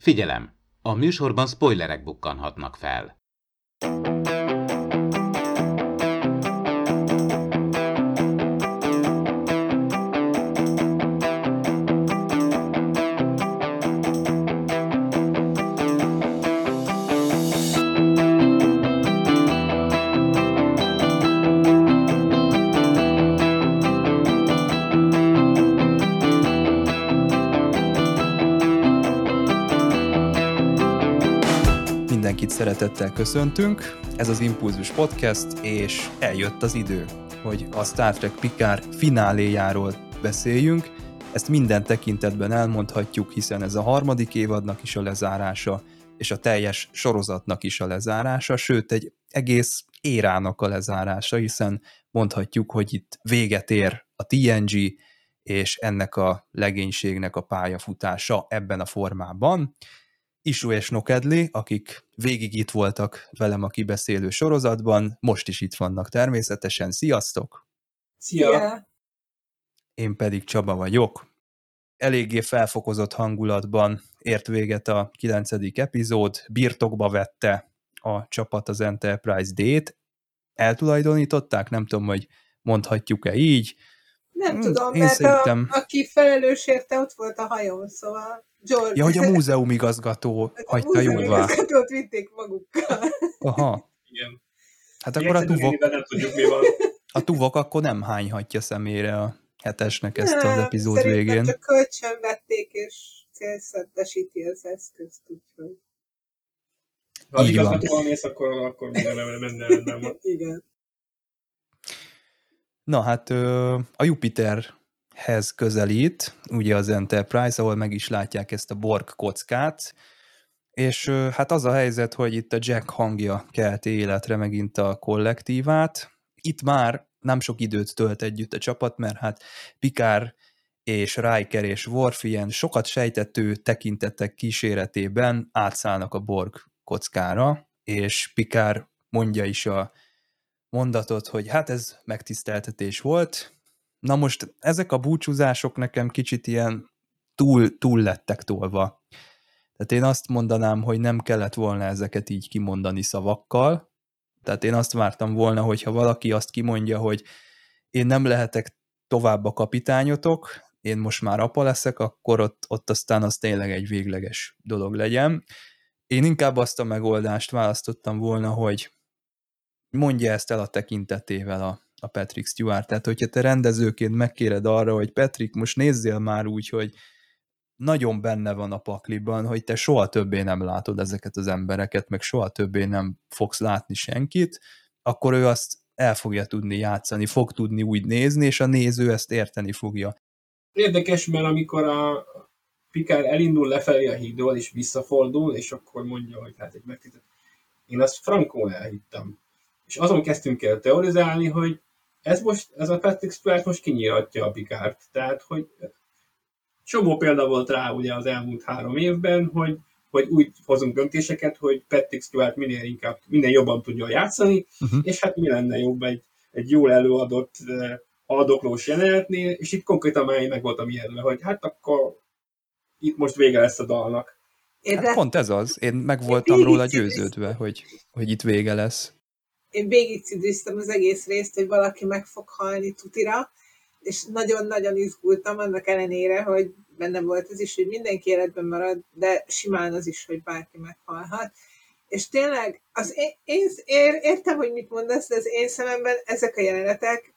Figyelem! A műsorban spoilerek bukkanhatnak fel. Mindenkit szeretettel köszöntünk, ez az Impulzus Podcast, és eljött az idő, hogy a Star Trek Picard fináléjáról beszéljünk. Ezt minden tekintetben elmondhatjuk, hiszen ez a harmadik évadnak is a lezárása, és a teljes sorozatnak is a lezárása, sőt egy egész érának a lezárása, hiszen mondhatjuk, hogy itt véget ér a TNG, és ennek a legénységnek a pályafutása ebben a formában. Isu és Nokedli, akik végig itt voltak velem a kibeszélő sorozatban, most is itt vannak természetesen. Sziasztok! Szia! Én pedig Csaba vagyok. Eléggé felfokozott hangulatban ért véget a 9. epizód, birtokba vette a csapat az Enterprise D-t. Eltulajdonították? Nem tudom, hogy mondhatjuk-e így. Nem tudom, én mert szerintem... aki felelős érte, ott volt a hajón, szóval George... Ja, hogy a múzeumigazgató hagyta jóvá. A múzeumigazgatót vitték magukkal. Aha. Igen. Hát akkor a tuvok... Nem tudjuk, mi van. A tuvok akkor nem hányhatja szemére a hetesnek ezt az epizód végén. Szerintem csak kölcsön vették, és célszertesíti az eszközt, úgyhogy... Ha az igazgatóval mész, akkor minden van. Igen. Na hát a Jupiterhez közelít, ugye az Enterprise, ahol meg is látják ezt a Borg kockát, és hát az a helyzet, hogy itt a Jack hangja kelti életre megint a kollektívát. Itt már nem sok időt tölt együtt a csapat, mert hát Picard és Riker és Worf ilyen sokat sejtető tekintetek kíséretében átszállnak a Borg kockára, és Picard mondja is a mondatot, hogy hát ez megtiszteltetés volt. Na most ezek a búcsúzások nekem kicsit ilyen túl lettek tolva. Tehát én azt mondanám, hogy nem kellett volna ezeket így kimondani szavakkal. Tehát én azt vártam volna, hogyha valaki azt kimondja, hogy én nem lehetek tovább a kapitányotok, én most már apa leszek, akkor ott aztán az tényleg egy végleges dolog legyen. Én inkább azt a megoldást választottam volna, hogy mondja ezt el a tekintetével a Patrick Stewart. Tehát, hogyha te rendezőként megkéred arra, hogy Patrick, most nézzél már úgy, hogy nagyon benne van a pakliban, hogy te soha többé nem látod ezeket az embereket, meg soha többé nem fogsz látni senkit, akkor ő azt el fogja tudni játszani, fog tudni úgy nézni, és a néző ezt érteni fogja. Érdekes, mert amikor a Picard elindul lefelé a hídról, és visszafordul, és akkor mondja, hogy hát egy megtisztelt. Én azt frankón elhittem. És azon kezdtünk el teorizálni, hogy ez a Patrick Stewart most kinyíratja a Picardt. Tehát, hogy csomó példa volt rá ugye az elmúlt 3 évben, hogy úgy hozunk döntéseket, hogy Patrick Stewart minél jobban tudja játszani, és hát mi lenne jobb egy jól előadott haldoklós jelenetnél, és itt konkrétan már én meg voltam ijedve, hogy hát akkor itt most vége lesz a dalnak. Hát pont ez az. Én meg voltam róla győződve, hogy itt vége lesz. Én végigcidőztem az egész részt, hogy valaki meg fog halni tutira, és nagyon-nagyon izgultam annak ellenére, hogy benne volt az is, hogy mindenki életben marad, de simán az is, hogy bárki meghalhat. És tényleg, én értem, hogy mit mondasz, de az én szememben ezek a jelenetek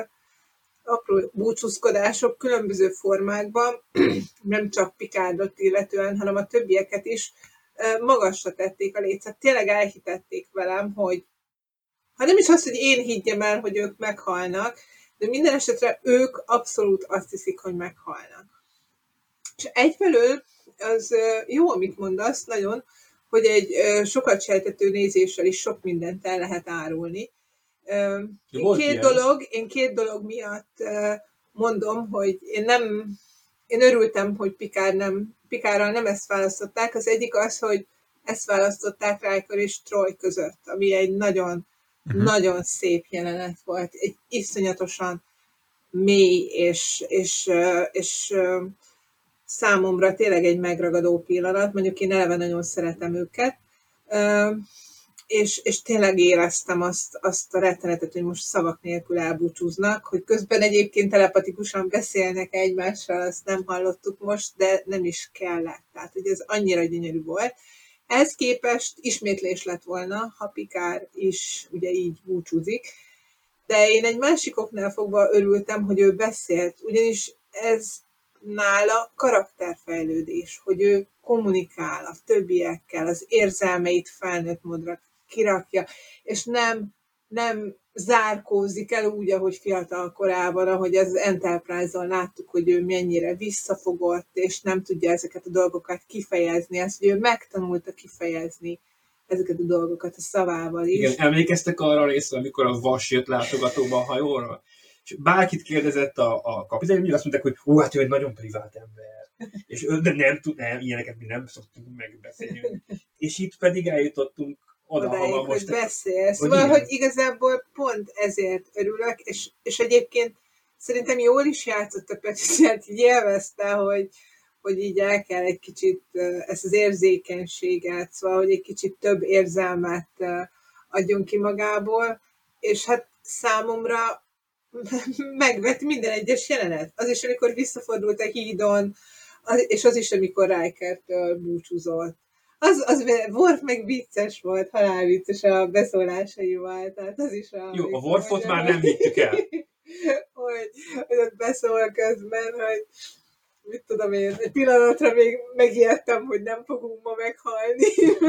apró búcsúzkodások különböző formákban, nem csak Picardot illetően, hanem a többieket is magasra tették a lécet. Tényleg elhitették velem, hogy ha nem is az, hogy én higgyem el, hogy ők meghalnak, de minden esetre ők abszolút azt hiszik, hogy meghalnak. És egyfelől az jó, amit mondasz, nagyon, hogy egy sokat sejtető nézéssel is sok mindent el lehet árulni. Én két dolog miatt mondom, hogy én örültem, hogy Picardral nem ezt választották. Az egyik az, hogy ezt választották Riker és Troy között, ami egy nagyon szép jelenet volt. Egy iszonyatosan mély és számomra tényleg egy megragadó pillanat, mondjuk én eleve nagyon szeretem őket, és tényleg éreztem azt a rettenetet, hogy most szavak nélkül elbúcsúznak, hogy közben egyébként telepatikusan beszélnek egymással, azt nem hallottuk most, de nem is kellett. Tehát, hogy ez annyira gyönyörű volt. Ehhez képest ismétlés lett volna, ha Picard is ugye így búcsúzik, de én egy másik oknál fogva örültem, hogy ő beszélt, ugyanis ez nála karakterfejlődés, hogy ő kommunikál a többiekkel, az érzelmeit felnőtt módra kirakja, és nem zárkózik el úgy, ahogy fiatal korában, ahogy az Enterprise-on láttuk, hogy ő mennyire visszafogott, és nem tudja ezeket a dolgokat kifejezni, ezt, hogy ő megtanulta kifejezni ezeket a dolgokat a szavával is. Igen, emlékeztek arra a részre, amikor a vas jött látogatóba a hajóra? És bárkit kérdezett a kapitány, mindig azt mondták, hogy hát ő egy nagyon privát ember. És de nem, ilyeneket mi nem szoktunk megbeszélni. És itt pedig eljutottunk odáig, hogy beszélsz. Szóval, hogy igazából pont ezért örülök, és egyébként szerintem jól is játszott a Patricia, így élvezte, hogy így el kell egy kicsit ezt az érzékenységet, szóval, hogy egy kicsit több érzelmet adjon ki magából, és hát számomra megvett minden egyes jelenet. Az is, amikor visszafordult a hídon, és az is, amikor Rikertől búcsúzott. Az Worf meg vicces volt, halálvicces a beszólásaival, tehát az is a... Jó, a Worfot már nem vittük el. hogy ott beszól közben, hogy mit tudom én, egy pillanatra még megijedtem, hogy nem fogunk ma meghalni.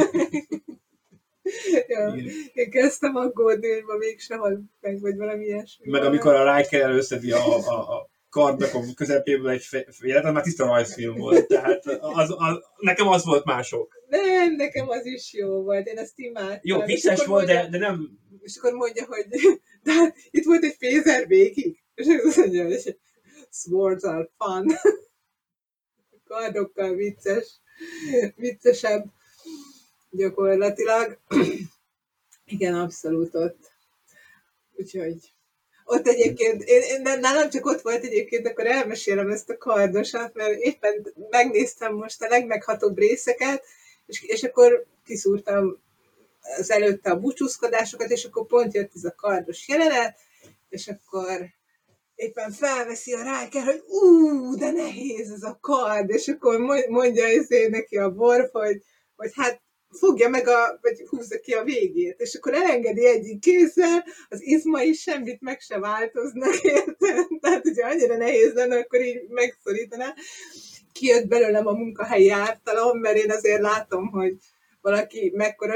Ja, én kezdtem aggódni, hogy ma mégsem halt meg, vagy valami ilyesmi. Meg amikor a Riker előszedi a kardakon közepéből egy félet, az már tiszta rajzfilm volt, tehát nekem az volt mások. Nem, nekem az is jó volt, én ezt imádtam. Jó, vicces volt, de nem... És akkor mondja, hogy de hát itt volt egy fézer végig, és azt mondja, hogy swords are fun. Kardokkal viccesebb gyakorlatilag. Igen, abszolút ott. Úgyhogy ott egyébként, nálam csak ott volt egyébként, akkor elmesélem ezt a kardosat, mert éppen megnéztem most a legmeghatóbb részeket, és akkor kiszúrtam az előtte a búcsúzkodásokat, és akkor pont jött ez a kardos jelenet, és akkor éppen felveszi a Riker, hogy de nehéz ez a kard, és akkor mondja neki a Worf, hogy hát fogja meg, vagy húzza ki a végét, és akkor elengedi egyik kézzel, az izmai semmit meg se változnak, érted? Tehát, hogyha annyira nehéz lenne, akkor így megszorítaná. Kijött belőlem a munkahelyi ártalom, mert én azért látom, hogy valaki mekkora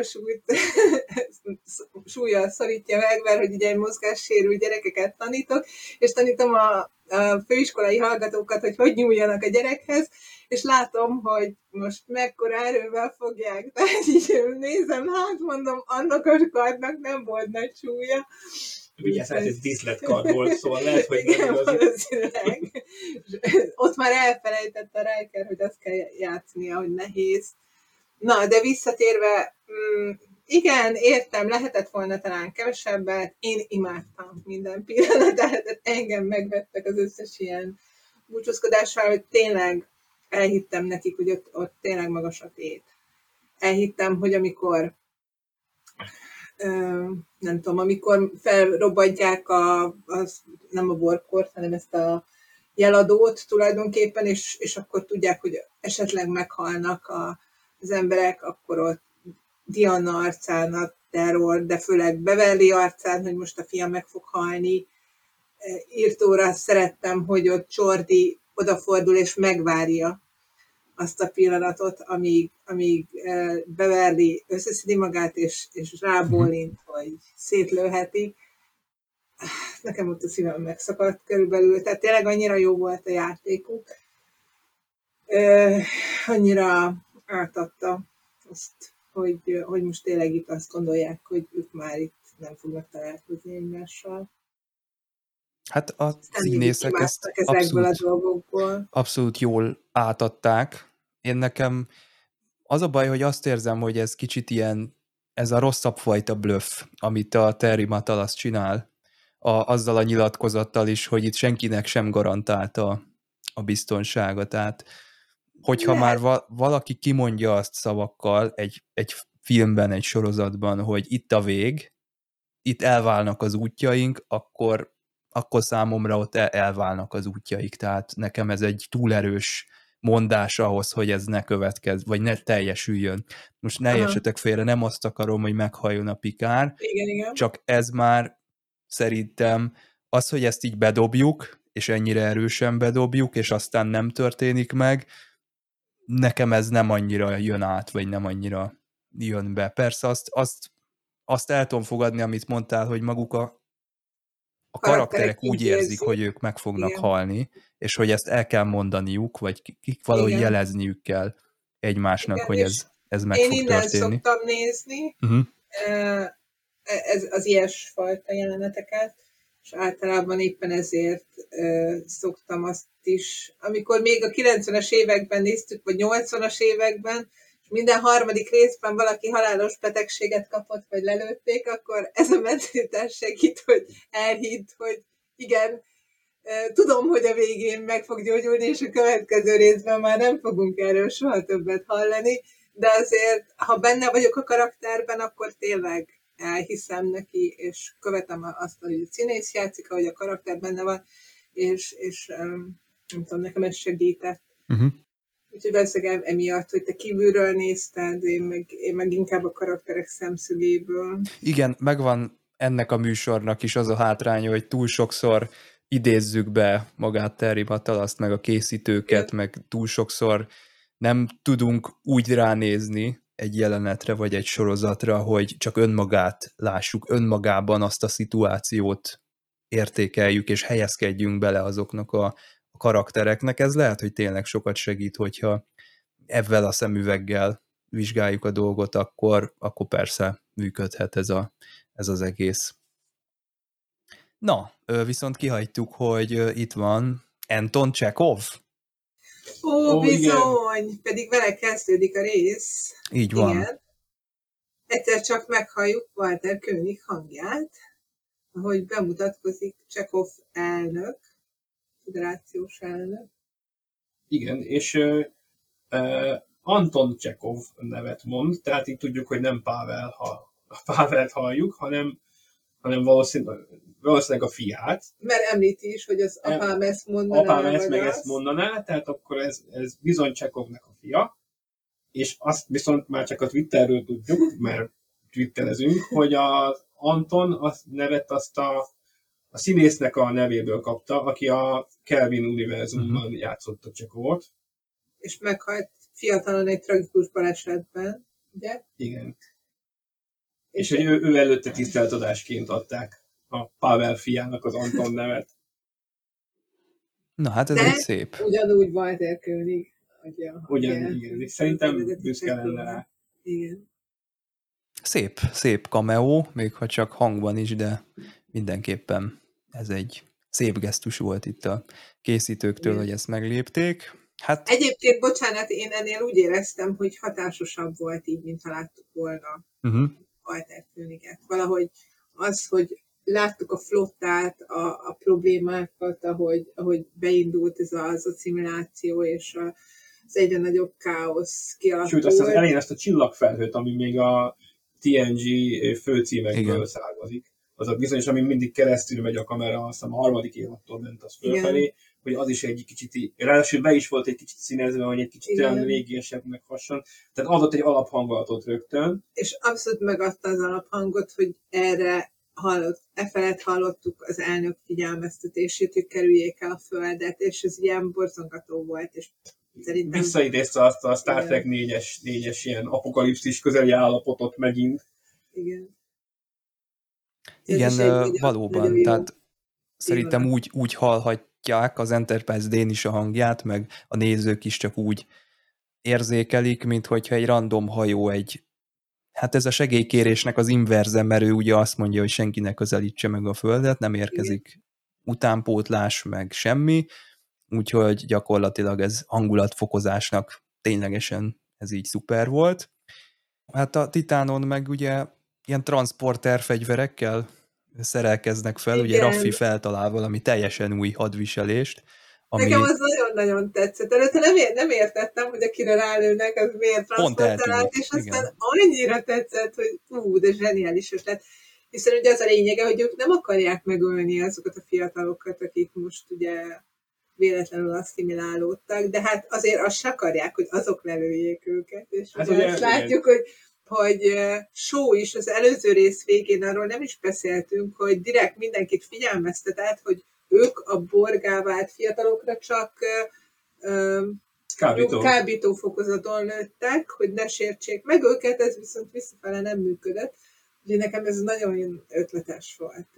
súllyal szorítja meg, mert hogy ugye egy mozgássérült gyerekeket tanítok, és tanítom a főiskolai hallgatókat, hogy nyúljanak a gyerekhez, és látom, hogy most mekkora erővel fogják. Tehát így nézem, hát mondom, annak a kardnak nem volt nagy súlya. Ugye ez díszletkard volt, szóval lehet, hogy igen, valószínűleg. Ott már elfelejtette a Riker, hogy azt kell játsznia, hogy nehéz. Na, de visszatérve, igen, értem, lehetett volna talán kevesebbet, én imádtam minden pillanatát, engem megvettek az összes ilyen búcsúzkodással, hogy tényleg elhittem nekik, hogy ott tényleg magas a tét. Elhittem, hogy amikor nem tudom, amikor felrobbantják nem a borkort, hanem ezt a jeladót tulajdonképpen, és akkor tudják, hogy esetleg meghalnak az emberek, akkor ott Diana arcán a terror, de főleg Beverly arcán, hogy most a fia meg fog halni. Írtóra szerettem, hogy ott Jordi odafordul és megvárja azt a pillanatot, amíg Beverly összeszedi magát, és rábólint, hogy szétlőheti. Nekem ott a szívem megszakadt körülbelül, tehát tényleg annyira jó volt a játékuk. Annyira átadta azt, hogy most tényleg itt azt gondolják, hogy ők már itt nem fognak találkozni egymással. Hát a színészek ezt abszolút jól átadták. Én nekem az a baj, hogy azt érzem, hogy ez kicsit ilyen, ez a rosszabb fajta bluff, amit a Terry Matalas csinál, azzal a nyilatkozattal is, hogy itt senkinek sem garantálta a biztonsága. Tehát hogyha Lehet. már valaki kimondja azt szavakkal egy filmben, egy sorozatban, hogy itt a vég, itt elválnak az útjaink, akkor számomra ott elválnak az útjaik. Tehát nekem ez egy túl erős mondás ahhoz, hogy ez ne következz, vagy ne teljesüljön. Most ne Aha. értsetek félre, nem azt akarom, hogy meghalljon a Picard, Igen. csak ez már szerintem az, hogy ezt így bedobjuk, és ennyire erősen bedobjuk, és aztán nem történik meg, nekem ez nem annyira jön át, vagy nem annyira jön be. Persze azt el tudom fogadni, amit mondtál, hogy maguk a karakterek úgy érzik, hogy ők meg fognak halni, és hogy ezt el kell mondaniuk, vagy valahogy jelezniük kell egymásnak, hogy ez meg fog történni. Én innen szoktam nézni ez az ilyesfajta jeleneteket, és általában éppen ezért szoktam azt is, amikor még a 90-es években néztük, vagy 80-as években, és minden harmadik részben valaki halálos betegséget kapott, vagy lelőtték, akkor ez a mentalitás segít, hogy elhidd, hogy igen, tudom, hogy a végén meg fog gyógyulni, és a következő részben már nem fogunk erről soha többet hallani, de azért, ha benne vagyok a karakterben, akkor tényleg elhiszem neki, és követem azt, hogy a színész játszik, ahogy a karakter benne van, és nem tudom, nekem ez segített. Úgyhogy valószínűleg emiatt, hogy te kívülről nézted, én meg inkább a karakterek szemszögéből. Igen, megvan ennek a műsornak is az a hátránya, hogy túl sokszor idézzük be magát Terry Matalaszt, meg a készítőket, meg túl sokszor nem tudunk úgy ránézni egy jelenetre, vagy egy sorozatra, hogy csak önmagát lássuk, önmagában azt a szituációt értékeljük, és helyezkedjünk bele azoknak a karaktereknek. Ez lehet, hogy tényleg sokat segít, hogyha ezzel a szemüveggel vizsgáljuk a dolgot, akkor persze működhet ez az egész. Na, viszont kihagytuk, hogy itt van Anton Chekhov. Ó, bizony! Igen. Pedig vele kezdődik a rész. Így van. Igen. Egyszer csak meghalljuk Walter Koenig hangját, ahogy bemutatkozik Chekhov elnök, federációs elnök. Igen, és Anton Chekhov nevet mond, tehát így tudjuk, hogy nem Pávelt halljuk, hanem valószínűleg a fiát. Mert említi is, hogy az apám ezt mondaná. Apám ezt mondaná, tehát akkor ez bizony Csekhovnak a fia, és azt viszont már csak a Twitterről tudjuk, mert twitterezünk, hogy az Anton nevet azt a színésznek a nevéből kapta, aki a Kelvin univerzumban játszott a Csekhovot. És meghalt fiatalon egy tragikus balesetben, ugye? Igen. És hogy ő előtte tiszteletadásként adták a Pavel fiának az Anton nevet. Na hát ez egy szép. Ugyanúgy Walter Koenig adja. Igen. És szerintem büszke lenne rá. Igen. Szép cameo, még ha csak hangban is, de mindenképpen ez egy szép gesztus volt itt a készítőktől, hogy ezt meglépték. Hát... Egyébként, bocsánat, én ennél úgy éreztem, hogy hatásosabb volt így, mint ha láttuk volna Walter Koeniget. Valahogy az, hogy láttuk a flottát, a problémákat, ahogy beindult ez az asszimiláció, és az egyre nagyobb káosz kialakult. Sőt, aztán elején ezt a csillagfelhőt, ami még a TNG főcímekből származik. Az a bizonyos, ami mindig keresztül megy a kamera, azt hiszem a harmadik évadtól ment az fölfelé, hogy az is egy kicsit, ráadásul be is volt egy kicsit színezve, hogy egy kicsit olyan régiesebbnek hasonló. Tehát adott egy alaphangulatot rögtön. És abszolút megadta az alaphangot, hogy felett hallottuk az elnök figyelmeztetését, hogy kerüljék el a földet, és ez ilyen borzongató volt, és szerintem... Visszaidézte azt a Star Trek 4-es ilyen apokalipszis közeli állapotot megint. Igen, valóban, tehát szerintem úgy hallhatják az Enterprise D-n is a hangját, meg a nézők is csak úgy érzékelik, mint hogyha egy random hajó hát ez a segélykérésnek az inverze, mert ő ugye azt mondja, hogy senki ne közelítse meg a Földet, nem érkezik utánpótlás, meg semmi, úgyhogy gyakorlatilag ez hangulatfokozásnak ténylegesen ez így szuper volt. Hát a Titánon meg ugye ilyen transporter fegyverekkel szerelkeznek fel, ugye Raffi feltalál valami teljesen új hadviselést, Nekem az nagyon-nagyon tetszett. Előtte nem értettem, hogy akire rálőnek, az miért transzportálált, és aztán annyira tetszett, hogy de zseniális ötlet. Hiszen ugye az a lényege, hogy ők nem akarják megölni azokat a fiatalokat, akik most ugye véletlenül asszimilálódtak, de hát azért azt se akarják, hogy azok lelőjék őket. És hát ugye ezt látjuk, hogy Shaw is az előző rész végén, arról nem is beszéltünk, hogy direkt mindenkit figyelmeztetett, hogy ők a borgá vált fiatalokra csak kábító fokozaton lőttek, hogy ne sértsék meg őket, ez viszont visszafele nem működött. Úgyhogy nekem ez nagyon ötletes volt,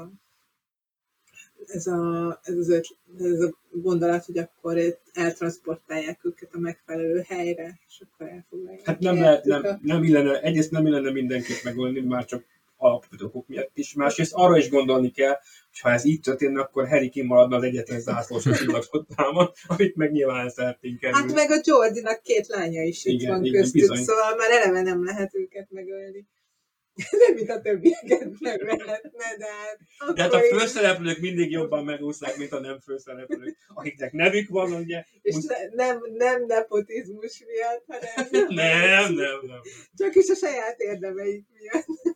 ez a gondolat, hogy akkor eltranszportálják őket a megfelelő helyre, és akkor elfoglalják. Hát egyrészt nem illene mindenkit megölni, már csak alapvetőkok miatt is. Másrészt arra is gondolni kell, hogy ha ez így történne, akkor Harry kimaradna az egyetlen zászlós a csillagfotában, amit meg nyilván szeretnénk kerülni. Hát meg a Jordinak 2 lánya is itt van köztük, bizony. Szóval már eleve nem lehet őket megölni. Nem, mint a többieket meg lehetne, de hát... De hát a főszereplők mindig jobban megúsznak, mint a nem főszereplők, akiknek nevük van, ugye... És nem nepotizmus miatt, hanem... Nem. Csak is a saját érdemeik miatt.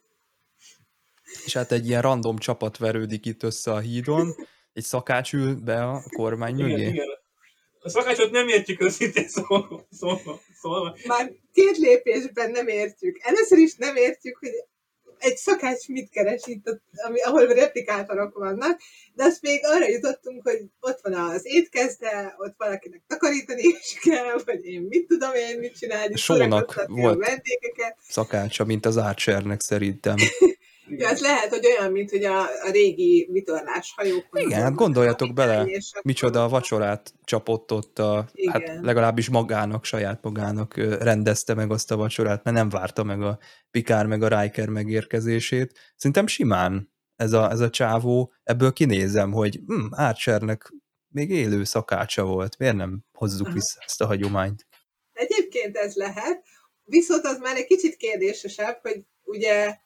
És hát egy ilyen random csapat verődik itt össze a hídon, egy szakács ül be a kormány mögé. Igen. A szakácsot nem értjük őszintén szólva. Már 2 lépésben nem értjük. Először is nem értjük, hogy egy szakács mit keres itt, ahol replikátorok vannak, de azt még arra jutottunk, hogy ott van az étkezde, ott valakinek takarítani is kell, vagy én mit tudom én, mit csinálni. Sónak volt szakácsa, mint az Archernek szerintem. Ja, ez lehet, hogy olyan, mint hogy a régi vitorlás hajókon. Igen, hát gondoljatok bele, micsoda a vacsorát csapott ott, hát legalábbis saját magának rendezte meg azt a vacsorát, mert nem várta meg a Picard meg a Riker megérkezését. Szerintem simán ez a csávó, ebből kinézem, hogy Archernek még élő szakácsa volt, miért nem hozzuk vissza ezt a hagyományt? Egyébként ez lehet, viszont az már egy kicsit kérdésesebb, hogy ugye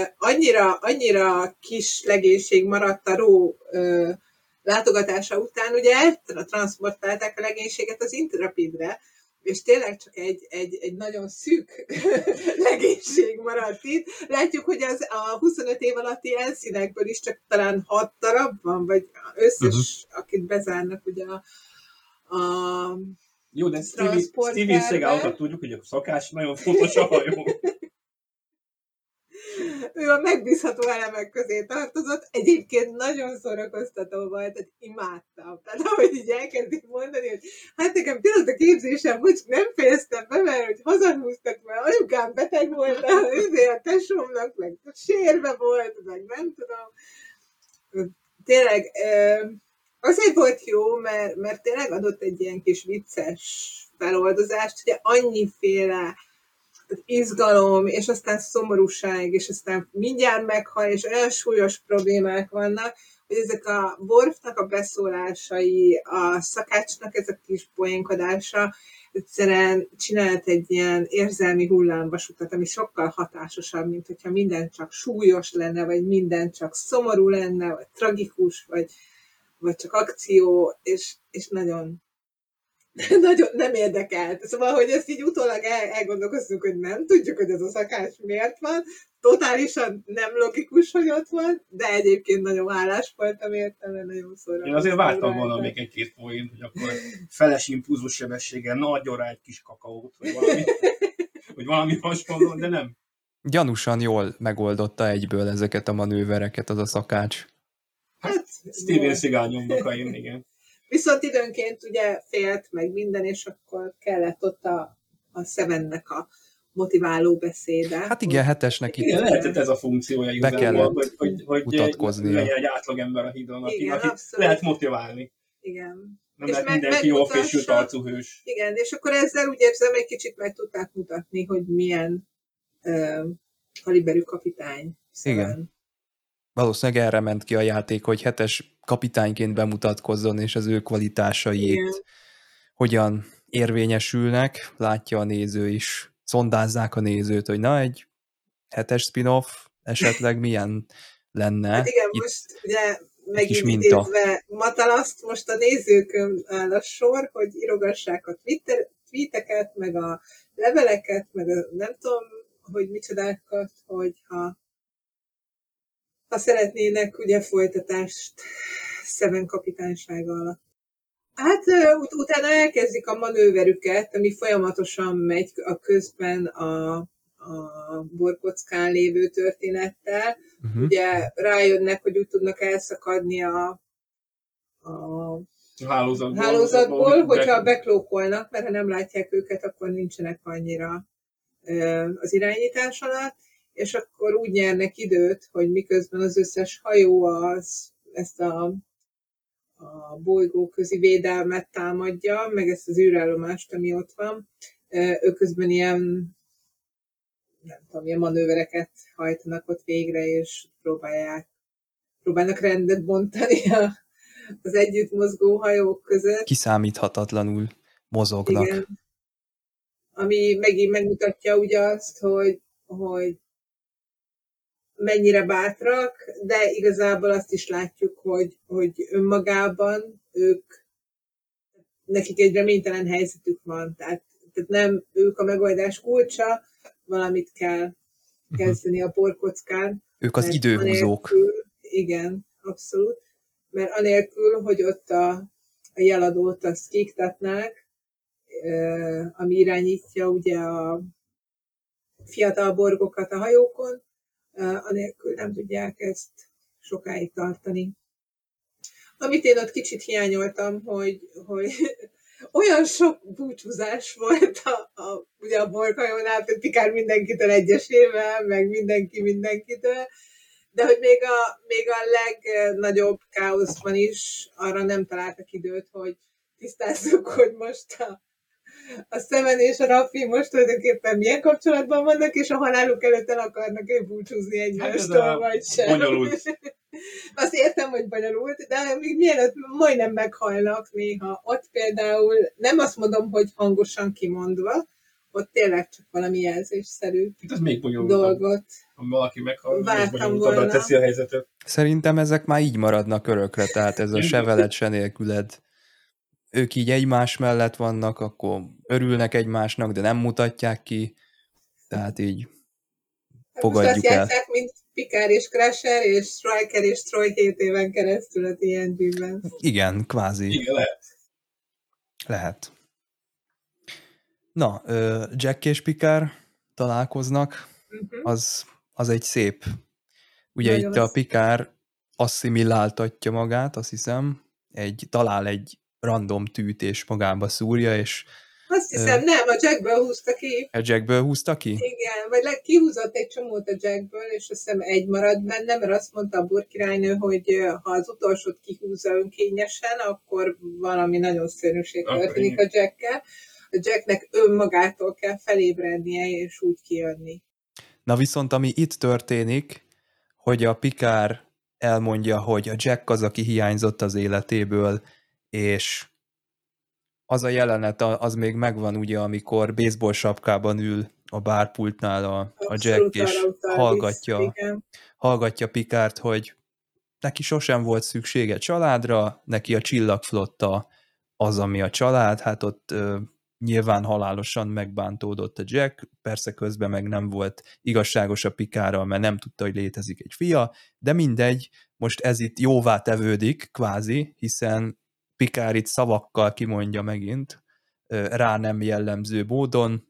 annyira kis legénység maradt a Ró látogatása után, ugye eltranszportálták a legénységet az Intrepidre, és tényleg csak egy nagyon szűk legénység maradt itt. Látjuk, hogy a 25 év alatti elszínekből is csak talán 6 darab van, vagy összes, akit bezárnak ugye a jó, de Steven Seagal-ot tudjuk, hogy a szakács nagyon fontos a hajó. Ő a megbízható elemek közé tartozott. Egyébként nagyon szórakoztató volt, hogy imádtam. Tehát ahogy így elkezdik mondani, hogy hát nekem tényleg a képzésem, hogy nem fejeztem be, mert hogy hazahúztak, mert anyukám beteg volt, a tesómnak, meg sérve volt, meg nem tudom. Tényleg azért volt jó, mert tényleg adott egy ilyen kis vicces feloldozást, ugye annyiféle izgalom, és aztán szomorúság, és aztán mindjárt meghal, és olyan súlyos problémák vannak, hogy ezek a Worfnak a beszólásai, a szakácsnak ez a kis poénkodása egyszerűen csinált egy ilyen érzelmi hullámvasutat, ami sokkal hatásosabb, mint hogyha minden csak súlyos lenne, vagy minden csak szomorú lenne, vagy tragikus, vagy csak akció, és nagyon nem érdekelt. Szóval, hogy ezt így utólag elgondolkoztunk, hogy nem tudjuk, hogy ez a szakács miért van. Totálisan nem logikus, hogy ott van, de egyébként nagyon hálás voltam értem, mert nagyon szórakoztam. Én azért vártam volna még egy-két poént, hogy akkor feles impulzus sebességgel nagyon rá egy kis kakaót, vagy valami hasonló, de nem. Gyanúsan jól megoldotta egyből ezeket a manővereket az a szakács. Hát Steven Seagal nyomdokain, igen. Viszont időnként ugye félt meg minden, és akkor kellett ott a Sevennek a motiváló beszéde. Hát igen, 7-esnek itt lehetett ez a funkciója be kellett hogy mutatkoznia. Legyen egy átlagember a hídon, aki lehet motiválni. Igen. Nem lehet mindenki jól fésült arcú hős. Igen, és akkor ezzel úgy érzem, egy kicsit meg tudták mutatni, hogy milyen kaliberű kapitány. Igen. Valószínűleg erre ment ki a játék, hogy 7-es kapitányként bemutatkozzon, és az ő kvalitásait hogyan érvényesülnek, látja a néző is. Szondázzák a nézőt, hogy na, egy 7-es spin-off esetleg milyen lenne. Hát igen, itt... most ugye megint minta. idézve Matalaszt, most a nézőkön áll a sor, hogy írogassák a tweeteket, meg a leveleket, meg a nem tudom, hogy micsodákat, hogyha szeretnének ugye folytatást Seven kapitánysága alatt. Hát utána elkezdik a manőverüket, ami folyamatosan megy a közben a borkockán lévő történettel. Ugye rájönnek, hogy úgy tudnak elszakadni a hálózatból, hogyha beklókolnak, mert ha nem látják őket, akkor nincsenek annyira az irányítás alatt, és akkor úgy nyernek időt, hogy miközben az összes hajó ezt a bolygóközi védelmet támadja, meg ezt az űrállomást, ami ott van, ők közben ilyen manővereket hajtanak ott végre, és próbálnak rendet bontani az együtt mozgó hajók között. Kiszámíthatatlanul mozognak. Igen. Ami megint megmutatja ugye azt, hogy mennyire bátrak, de igazából azt is látjuk, hogy önmagában nekik egy reménytelen helyzetük van. Tehát nem ők a megoldás kulcsa, valamit kell kezdeni a borkockán. Ők az időhúzók. Igen, abszolút. Mert anélkül, hogy ott a jeladót azt kiiktatnák, ami irányítja ugye a fiatal borgokat a hajókon, anélkül nem tudják ezt sokáig tartani. Amit én ott kicsit hiányoltam, hogy olyan sok búcsúzás volt ugye a borghajónál, hogy Picard mindenkitől egyesével, meg mindenkitől, de hogy még a legnagyobb káoszban is arra nem találtak időt, hogy tisztázzuk, hogy most a Seven és a Raffi most tulajdonképpen milyen kapcsolatban vannak, és a haláluk előtt el akarnak búcsúzni egymástól, vagy sem. Bonyolult. Azt értem, hogy bonyolult, de még mielőtt majdnem meghalnak néha. Ott például nem azt mondom, hogy hangosan kimondva, ott tényleg csak valami jelzésszerű Itt az még dolgot. Ha valaki meghal, Vártam és bonyolultabbá volna. teszi a helyzetet. Szerintem ezek már így maradnak örökre, tehát ez a se veled, se nélküled. Ők így egymás mellett vannak, akkor örülnek egymásnak, de nem mutatják ki, tehát így fogadjuk most el. azt játszák, mint Picard és Crusher, és Riker és Troy 7 éven keresztül a TNG-ben. Igen, kvázi. Igen, lehet. Lehet. Na, Jack és Picard találkoznak, az egy szép. Ugye Nagyon itt a az. Picard asszimiláltatja magát, azt hiszem, talál egy random tűt és magába szúrja, és Azt hiszem, nem, a Jackből húzta ki. a Jackből húzta ki? Igen, vagy kihúzott egy csomót a Jackből, és azt hiszem egy maradt benne, mert azt mondta a borkirálynő, hogy ha az utolsót kihúzza önkényesen, akkor valami nagyon szörnyűség történik a Jackkel. A Jacknek önmagától kell felébrednie, és úgy kijönni. Na viszont ami itt történik, hogy a Picard elmondja, hogy a Jack az, aki hiányzott az életéből, és az a jelenet, az még megvan ugye, amikor baseball sapkában ül a bárpultnál a Jack, és hallgatja Picardt, hogy neki sosem volt szüksége családra, neki a csillagflotta az, ami a család, hát ott nyilván halálosan megbántódott a Jack, persze közben meg nem volt igazságos a Picardral, mert nem tudta, hogy létezik egy fia, de mindegy, most ez itt jóvá tevődik, kvázi, hiszen Picard itt szavakkal kimondja megint, rá nem jellemző módon,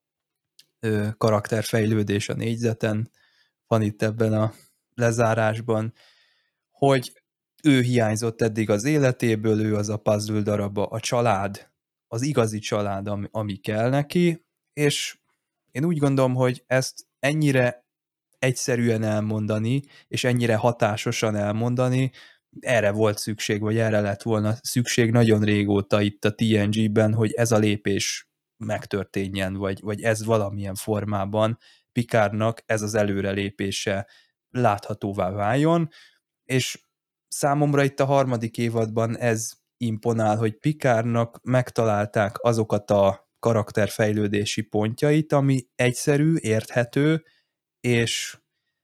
karakterfejlődés a négyzeten van itt ebben a lezárásban, hogy ő hiányzott eddig az életéből, ő az a puzzle daraba, a család, az igazi család, ami kell neki, és én úgy gondolom, hogy ezt ennyire egyszerűen elmondani, és ennyire hatásosan elmondani, erre volt szükség, vagy erre lett volna szükség nagyon régóta itt a TNG-ben, hogy ez a lépés megtörténjen, vagy ez valamilyen formában Picardnak ez az előrelépése láthatóvá váljon, és számomra itt a harmadik évadban ez imponál, hogy Picardnak megtalálták azokat a karakterfejlődési pontjait, ami egyszerű, érthető, és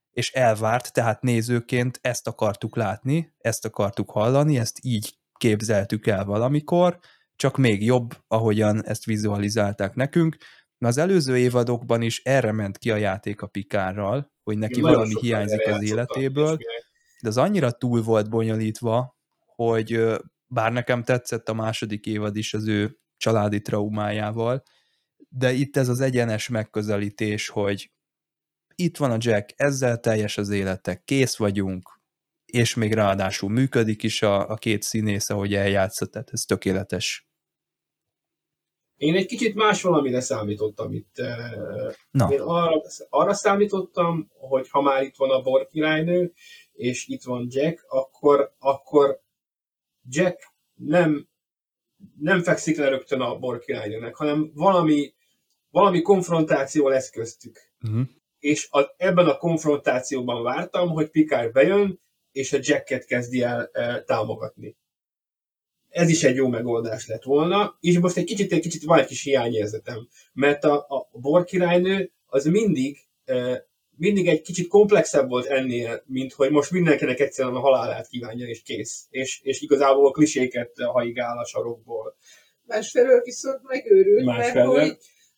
és elvárt, tehát nézőként ezt akartuk látni, ezt akartuk hallani, ezt így képzeltük el valamikor, csak még jobb, ahogyan ezt vizualizálták nekünk. Az előző évadokban is erre ment ki a játék a Picardral, hogy neki Nagyon valami sokan hiányzik erre az játszottak, életéből, és de az annyira túl volt bonyolítva, hogy bár nekem tetszett a második évad is az ő családi traumájával, de itt ez az egyenes megközelítés, hogy itt van a Jack, ezzel teljes az élete, kész vagyunk, és még ráadásul működik is a két színész, ahogy eljátszott, tehát ez tökéletes. Én egy kicsit más valamire számítottam itt. Na. Én arra számítottam, hogy ha már itt van a Borg királynő, és itt van Jack, akkor Jack nem fekszik le rögtön a Borg királynőnek, hanem valami konfrontáció lesz köztük. Uh-huh. És ebben a konfrontációban vártam, hogy Picard bejön, és a Jacket kezdi el támogatni. Ez is egy jó megoldás lett volna, és most egy kicsit van egy kis hiányérzetem, mert a Borg királynő az mindig egy kicsit komplexebb volt ennél, mint hogy most mindenkinek egyszerűen a halálát kívánja, és kész. És igazából a kliséket haigál a sarokból. Másfelől viszont megőrült, mert hogy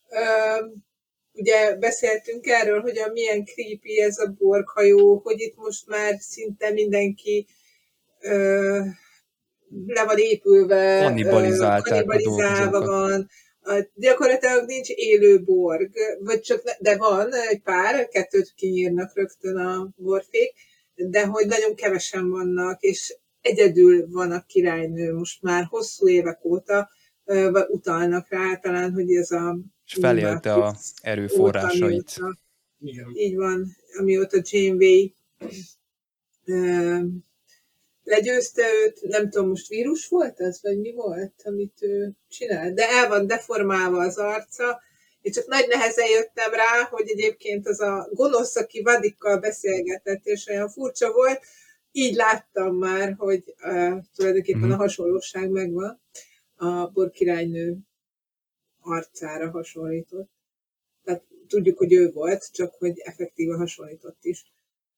ugye beszéltünk erről, hogy milyen creepy ez a Borg hajó, hogy itt most már szinte mindenki le van épülve, kannibalizálva van. Gyakorlatilag nincs élő Borg, vagy csak, de van egy pár, 2 kinyírnak rögtön a Borgfék, de hogy nagyon kevesen vannak, és egyedül van a királynő most már hosszú évek óta, utalnak rá talán, hogy ez a... És felélte a erőforrásait. Így van, amióta Janeway legyőzte őt, nem tudom, most vírus volt az, vagy mi volt, amit ő csinált, de el van deformálva az arca, és csak nagy nehezen jöttem rá, hogy egyébként az a gonosz, aki Vadikkal beszélgetett, és olyan furcsa volt, így láttam már, hogy tulajdonképpen a hasonlóság megvan, a Borg királynő arcára hasonlított. Tehát tudjuk, hogy ő volt, csak hogy effektíve hasonlított is.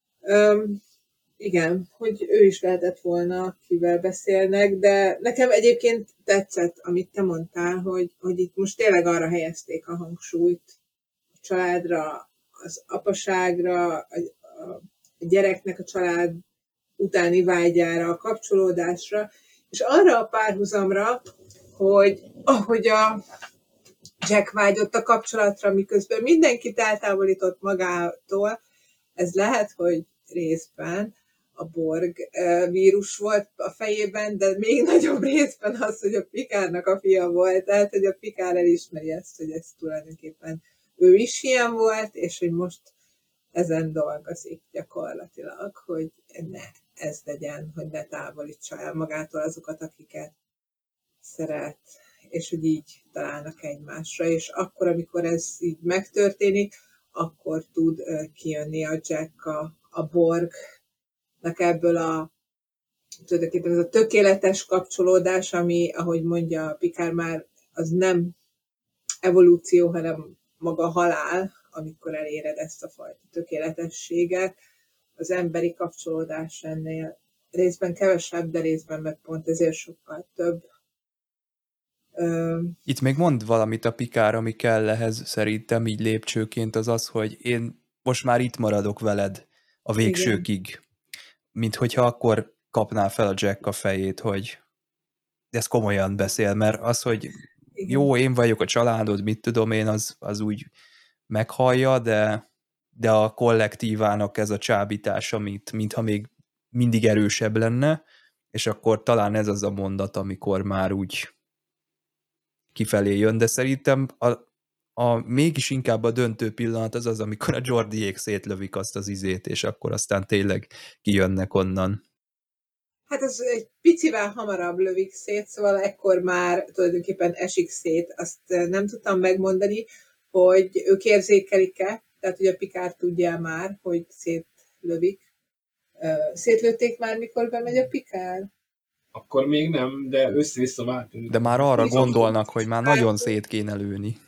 Igen, hogy ő is lehetett volna, kivel beszélnek, de nekem egyébként tetszett, amit te mondtál, hogy itt most tényleg arra helyezték a hangsúlyt, a családra, az apaságra, a gyereknek a család utáni vágyára, a kapcsolódásra, és arra a párhuzamra, hogy ahogy a Jack vágyott a kapcsolatra, miközben mindenkit eltávolított magától, ez lehet, hogy részben a Borg vírus volt a fejében, de még nagyobb részben az, hogy a Picardnak a fia volt, tehát hogy a Picard elismeri ezt, hogy ez tulajdonképpen ő is ilyen volt, és hogy most ezen dolgozik gyakorlatilag, hogy ne ez legyen, hogy ne távolítsa el magától azokat, akiket szeret, és hogy így találnak egymásra, és akkor, amikor ez így megtörténik, akkor tud kijönni a Jack a Borgnak ebből tulajdonképpen ez a tökéletes kapcsolódás, ami, ahogy mondja Picard már, az nem evolúció, hanem maga halál, amikor eléred ezt a fajta tökéletességet. Az emberi kapcsolódás ennél részben kevesebb, de részben meg pont ezért sokkal több. Itt még mond valamit a Picard, ami kell ehhez szerintem így lépcsőként, az, hogy én most már itt maradok veled a végsőkig. Mint hogyha akkor kapná fel a Jack a fejét, hogy ez komolyan beszél, mert az, hogy jó, én vagyok a családod, mit tudom én, az úgy meghallja, de a kollektívának ez a csábítás, amit mintha még mindig erősebb lenne, és akkor talán ez az a mondat, amikor már úgy kifelé jön, de szerintem mégis inkább a döntő pillanat az, amikor a Geordiék szétlövik azt az izét, és akkor aztán tényleg kijönnek onnan. Hát az egy picivel hamarabb lövik szét, szóval ekkor már tulajdonképpen esik szét. Azt nem tudtam megmondani, hogy ők érzékelik-e, tehát hogy a Picard tudja már, hogy szétlövik. Szétlőtték már, mikor bemegy a Picard? Akkor még nem, de össze-vissza váltunk. De már arra gondolnak, hogy már nagyon szét kéne lőni.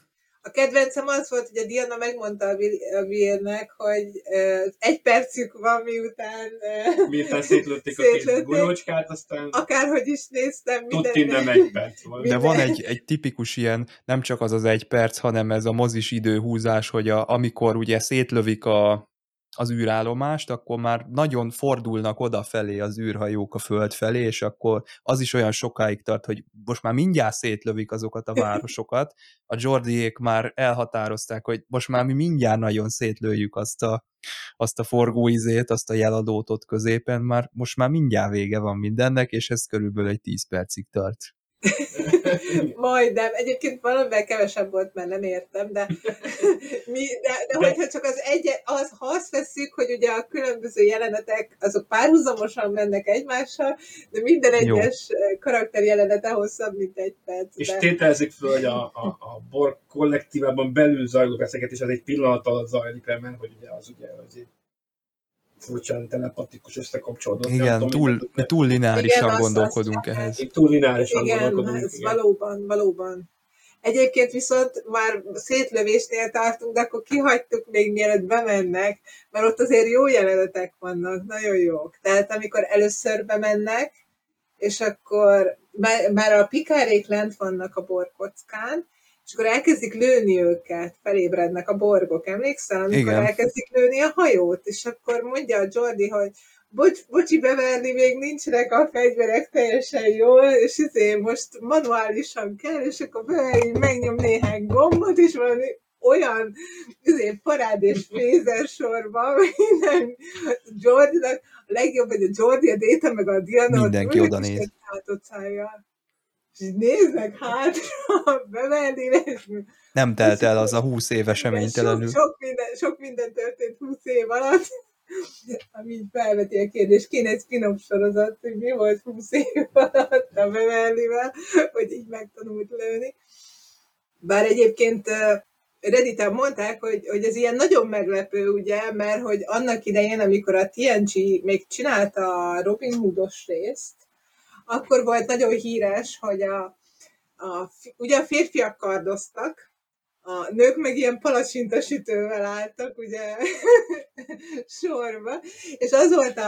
A kedvencem az volt, hogy a Diana megmondta a Willnek, hogy 1 percük van, miután szétlőtték a kis golyócskát, aztán akárhogy is néztem, tudti nem 1 perc volt. De van egy tipikus ilyen, nem csak az 1 perc, hanem ez a mozis időhúzás, hogy amikor ugye szétlövik az űrállomást, akkor már nagyon fordulnak odafelé az űrhajók a föld felé, és akkor az is olyan sokáig tart, hogy most már mindjárt szétlövik azokat a városokat. A Geordiék már elhatározták, hogy most már mi mindjárt nagyon szétlőjük azt a forgóizét, azt a jeladót ott középen, már most már mindjárt vége van mindennek, és ez körülbelül egy 10 percig tart. Majdnem. Egyébként valamivel kevesebb volt, mert nem értem, de hogyha csak ha azt vesszük, hogy ugye a különböző jelenetek, azok párhuzamosan mennek egymással, de minden egyes karakter jelenete hosszabb, mint 1 perc. És tételezik föl, hogy a Borg kollektívában belül zajló beszélgetés az egy pillanat alatt zajlik le, mert hogy ugye az furcsán telepatikus összekapcsolódott. Igen, túl lineárisan gondolkodunk ehhez. Túl lineárisan gondolkodunk. Ez valóban. Egyébként viszont már szétlövésnél tartunk, de akkor kihagytuk még mielőtt bemennek, mert ott azért jó jelenetek vannak, nagyon jók. Tehát amikor először bemennek, és akkor már a Picardék lent vannak a borkockán, és akkor elkezdik lőni őket, felébrednek a borgok, emlékszel? Amikor elkezdik lőni a hajót, és akkor mondja a Geordi, hogy bocsi, Beverly, még nincsenek a fegyverek teljesen jól, és most manuálisan kell, és akkor Beverly megnyom néhány gombot, és valami olyan parád és fézer sorban, minden Geordinak, a legjobb, hogy a Geordi, a Data, meg a Diana, mindenki oda néz. És néznek hátra, Beverly-re, nem telt el az a 20 év eseménytelenül. Sok minden történt 20 év alatt, ami felveti a kérdést. Kéne egy spin-off sorozat, hogy mi volt 20 év alatt a Beverly-vel, hogy így megtanult lőni. Bár egyébként Redditen mondták, hogy ez ilyen nagyon meglepő, ugye, mert hogy annak idején, amikor a TNG még csinálta a Robin Hoodos részt, akkor volt nagyon híres, hogy ugye a férfiak kardoztak, a nők meg ilyen palacsintasütővel álltak, ugye, sorba, és az volt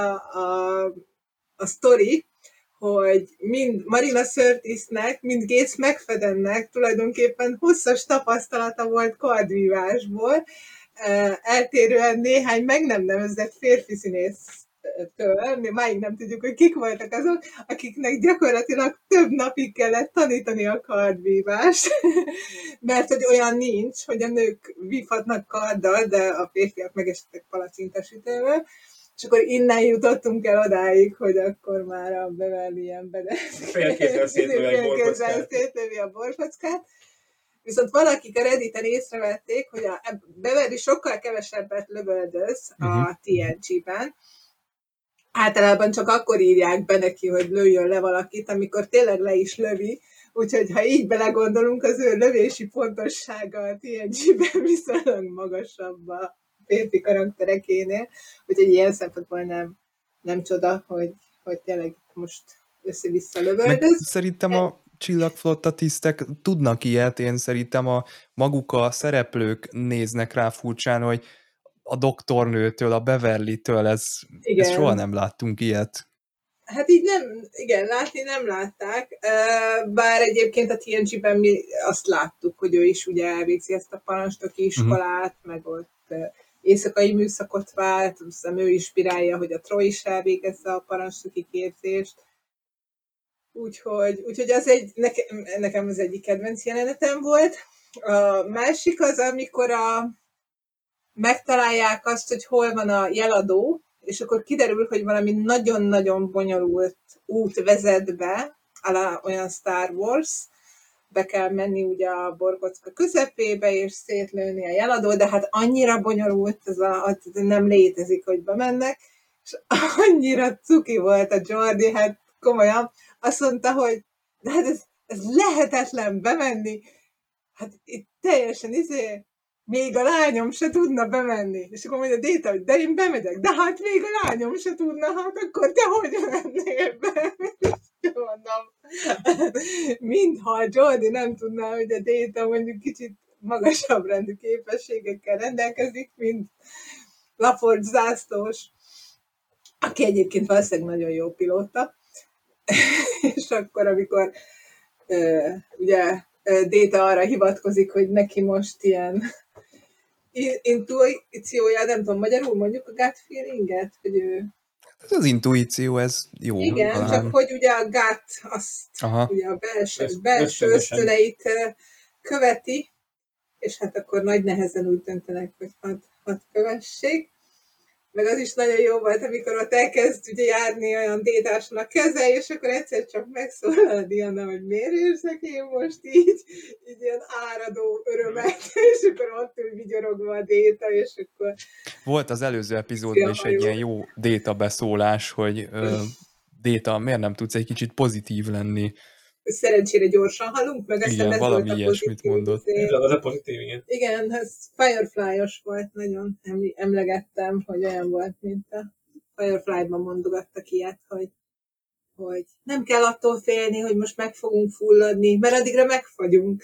a sztori, hogy mind Marina Sirtisnek, mind Gates McFaddennek tulajdonképpen hosszas tapasztalata volt kardvívásból, eltérően néhány meg nem nevezett férfi színésztől, mi máig nem tudjuk, hogy kik voltak azok, akiknek gyakorlatilag több napig kellett tanítani a kardvívást, mert hogy olyan nincs, hogy a nők vívhatnak karddal, de a férfiak megesettek palacsintasütővel, és akkor innen jutottunk el odáig, hogy akkor már a Beverly ilyen félkézzel szétlövi a borkockát. Viszont valakik a Redditen észrevették, hogy a Beverly sokkal kevesebbet lövöldöz a TNG-ben. Általában csak akkor írják be neki, hogy lőjön le valakit, amikor tényleg le is lövi. Úgyhogy ha így belegondolunk, az ő lövési pontossága a TNG-ben viszonylag magasabb a férfi karakterekénél. Úgyhogy ilyen szempontból nem csoda, hogy tényleg most össze-vissza lövöldöz. Szerintem a csillagflotta tisztek tudnak ilyet, én szerintem maguk a szereplők néznek rá furcsán, hogy a doktornőtől, a Beverly-től ezt soha nem láttunk ilyet. Hát így látni nem látták, bár egyébként a TNG-ben mi azt láttuk, hogy ő is ugye elvégzi ezt a parancsnoki iskolát, meg ott éjszakai műszakot vált, hiszem ő inspirálja, hogy a Troy is elvégezze a parancsnoki képzést. Úgyhogy az nekem az egyik kedvenc jelenetem volt. A másik az, amikor megtalálják azt, hogy hol van a jeladó, és akkor kiderül, hogy valami nagyon-nagyon bonyolult út vezet be, olyan Star Wars, be kell menni ugye a borkocka közepébe, és szétlőni a jeladó, de hát annyira bonyolult, nem létezik, hogy bemennek, és annyira cuki volt a Geordi, hát komolyan, azt mondta, hogy de hát ez lehetetlen bemenni, hát itt teljesen még a lányom se tudna bemenni. És akkor mondja Data, hogy de én bemegyek, de hát még a lányom se tudna, hát akkor te hogy mennél be? Mondom, mintha a Geordi nem tudná, hogy a Data mondjuk kicsit magasabb rendű képességekkel rendelkezik, mint Laforge zászlós, aki egyébként valószínűleg nagyon jó pilóta. És akkor, amikor ugye Data arra hivatkozik, hogy neki most ilyen intuíciója, nem tudom, magyarul mondjuk a gut feelinget, hogy ő... Ez az intuíció, ez jó. Igen, talán. csak hogy ugye a gut, azt ugye a belső ösztöneit követi, és hát akkor nagy nehezen úgy döntenek, hogy hadd kövessék. Meg az is nagyon jó volt, amikor ott elkezd ugye járni olyan Détásnak a keze, és akkor egyszer csak megszólal a Diana, hogy miért érzek én most így ilyen áradó örömet, és akkor ott ül vigyorogva a Déta, és akkor... Volt az előző epizódban is egy ilyen jó Déta beszólás, hogy Déta, miért nem tudsz egy kicsit pozitív lenni? Szerencsére gyorsan halunk, meg aztán igen, ez valami volt a ilyesmit mondott. Ez a pozitív, igen. Igen, ez Firefly-os volt, nagyon emlegettem, hogy olyan volt, mint a Firefly-ban mondogattak ilyet, hogy nem kell attól félni, hogy most meg fogunk fulladni, mert addigra megfagyunk.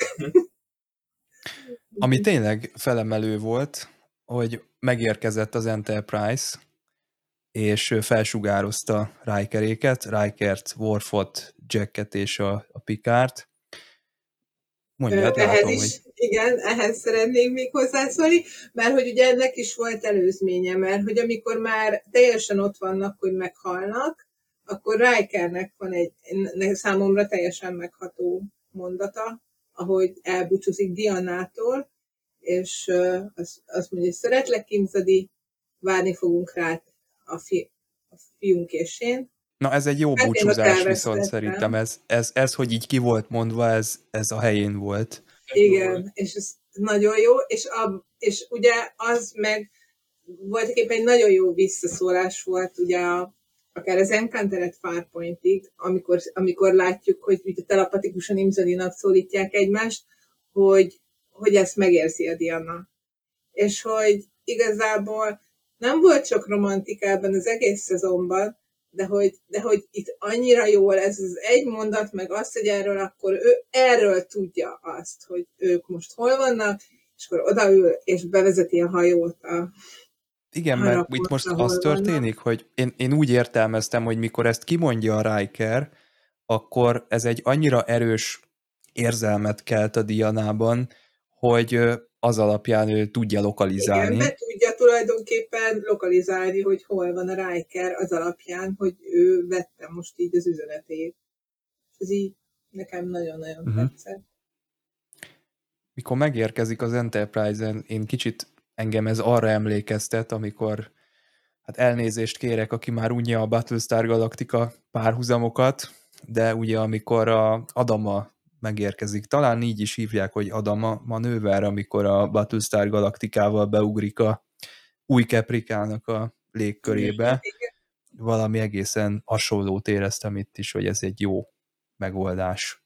Ami tényleg felemelő volt, hogy megérkezett az Enterprise, és felsugározta Rikeréket, Rikert, Worfot, Jacket és a Picardt. Mondjad, látom, hogy... Igen, ehhez szeretnék még hozzászólni, mert hogy ugye ennek is volt előzménye, mert hogy amikor már teljesen ott vannak, hogy meghalnak, akkor Rikernek van egy számomra teljesen megható mondata, ahogy elbúcsúzik Dianától, és azt mondja, hogy szeretlek, Kimzadi, várni fogunk rád a fiunk és én. Na ez egy jó búcsúzás viszont szerintem. Ez, hogy így ki volt mondva, ez a helyén volt. Igen, és ez nagyon jó, és ugye az meg voltak éppen egy nagyon jó visszaszólás volt, ugye akár az Encounter-et Farpointig, amikor látjuk, hogy ugye telepatikusan Imzadinak szólítják egymást, hogy ezt megérzi a Diana. És hogy igazából nem volt sok romantikában az egész szezonban, de hogy itt annyira jól ez az egy mondat, meg azt, hogy akkor ő erről tudja azt, hogy ők most hol vannak, és akkor odaül, és bevezeti a hajót igen, mert itt most az történik, hogy én úgy értelmeztem, hogy mikor ezt kimondja a Riker, akkor ez egy annyira erős érzelmet kelt a Dianában, hogy az alapján ő tudja lokalizálni. Igen, be tudja tulajdonképpen lokalizálni, hogy hol van a Riker az alapján, hogy ő vette most így az üzenetét. Ez így nekem nagyon-nagyon tetszett. Mikor megérkezik az Enterprise-en, én kicsit engem ez arra emlékeztet, amikor hát elnézést kérek, aki már unja a Battlestar Galactica párhuzamokat, de ugye amikor a Adama megérkezik, talán így is hívják, hogy Adama manőver, amikor a Battlestar Galacticával beugrik a új Caprikának a légkörébe. Valami egészen hasonlót éreztem itt is, hogy ez egy jó megoldás.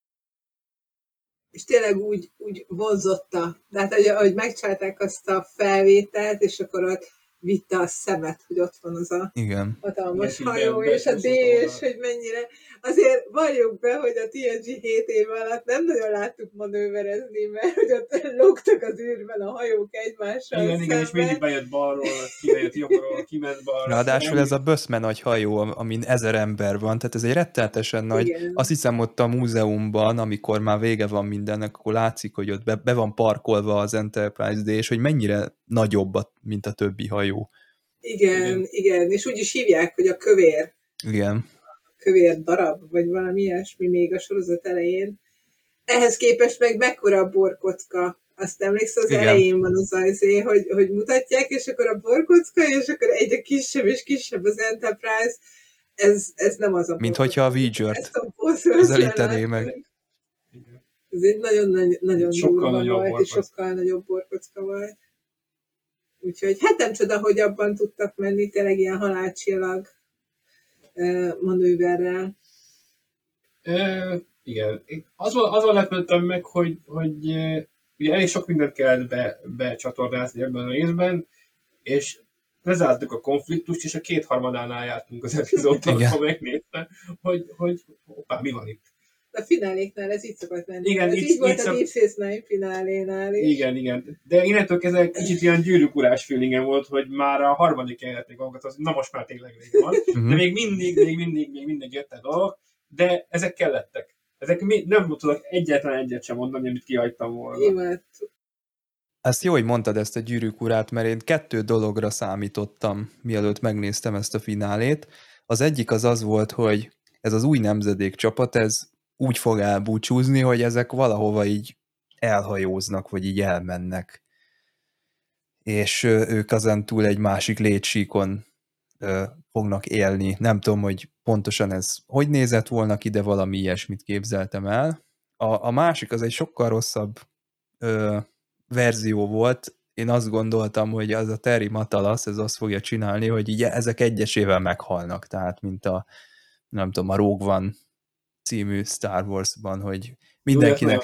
És tényleg úgy vonzotta. Tehát, ahogy megcsinálták azt a felvételt, és akkor ott vitte a szemet, hogy ott van az a hatalmas hajó, és a D, és hogy mennyire. Azért valljuk be, hogy a TNG 7 év alatt nem nagyon láttuk manőverezni, mert hogy ott lógtak az űrben a hajók egymással szemben. Igen, és mindig bejött balról, kibejött jobbról, kiment balra. Ráadásul ez a Böszme nagy hajó, amin 1000 ember van, tehát ez egy rettenetesen nagy. Igen. Azt hiszem ott a múzeumban, amikor már vége van mindennek, akkor látszik, hogy ott be van parkolva az Enterprise D, és hogy mennyire nagyobb, mint a többi hajó. Igen, és úgy is hívják, hogy a kövér. Igen. Kövér darab, vagy valami ilyesmi még a sorozat elején. Ehhez képest meg mekkora a borkocka. Azt emlékszel, az elején van az azért, hogy mutatják, és akkor a borkocka, és akkor egyre kisebb és kisebb az Enterprise. Ez nem az a borkocka. Mint hogyha a Voyager-t közelítené meg. Ez egy nagyon durva volt, és sokkal nagyobb borkocka volt. Úgyhogy hát nem csoda, hogy abban tudtak menni, tényleg ilyen halálcsillag manőverrel. Igen. Azon lepődtem meg, hogy ugye elég sok mindent kellett becsatornázni ebben a részben, és lezártuk a konfliktust, és a 2/3-ánál jártunk az epizódban, ha megnézte, hogy hoppá, mi van itt. A fináléknál ez így szokott lenni. Igen, ez így- így volt így a Deep Space Nine finálénál is. Igen. De innentől kezdve kicsit ilyen gyűrűk urás feelingem volt, hogy már a harmadik jelenetnél gondoltam, hogy na most már tényleg vége van. De még mindig jöttek dolgok, de ezek kellettek. Nem tudok egyetlen egyet sem mondani, amit kihagytam volna. Imádtuk. Ezt jó, hogy mondtad ezt a Gyűrűk urát, mert én 2 dologra számítottam, mielőtt megnéztem ezt a finálét. Az egyik az volt, hogy ez az új nemzedék csapat, ez úgy fog elbúcsúzni, hogy ezek valahova így elhajóznak, vagy így elmennek. És ők azentúl egy másik létsíkon fognak élni. Nem tudom, hogy pontosan ez hogy nézett volna ki, de valami ilyesmit képzeltem el. A másik az egy sokkal rosszabb verzió volt. Én azt gondoltam, hogy az a Terry Matalas, ez azt fogja csinálni, hogy így ezek egyesével meghalnak, tehát mint a nem tudom, a Rogue One című Star Wars-ban, hogy mindenkinek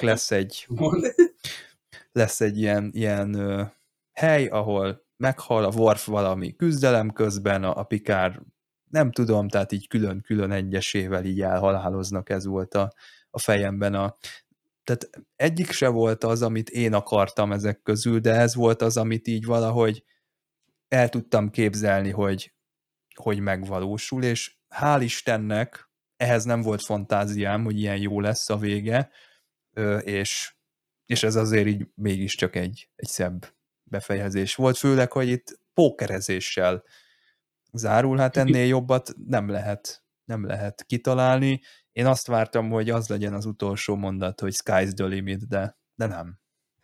lesz egy ilyen hely, ahol meghal a Worf valami küzdelem közben, a Picard nem tudom, tehát így külön-külön egyesével így elhaláloznak, ez volt a fejemben. Tehát egyik se volt az, amit én akartam ezek közül, de ez volt az, amit így valahogy el tudtam képzelni, hogy megvalósul, és hál' Istennek ehhez nem volt fantáziám, hogy ilyen jó lesz a vége, és ez azért így mégiscsak egy szebb befejezés volt, főleg, hogy itt pókerezéssel zárul, hát ennél jobbat nem lehet kitalálni. Én azt vártam, hogy az legyen az utolsó mondat, hogy sky's the limit, de nem.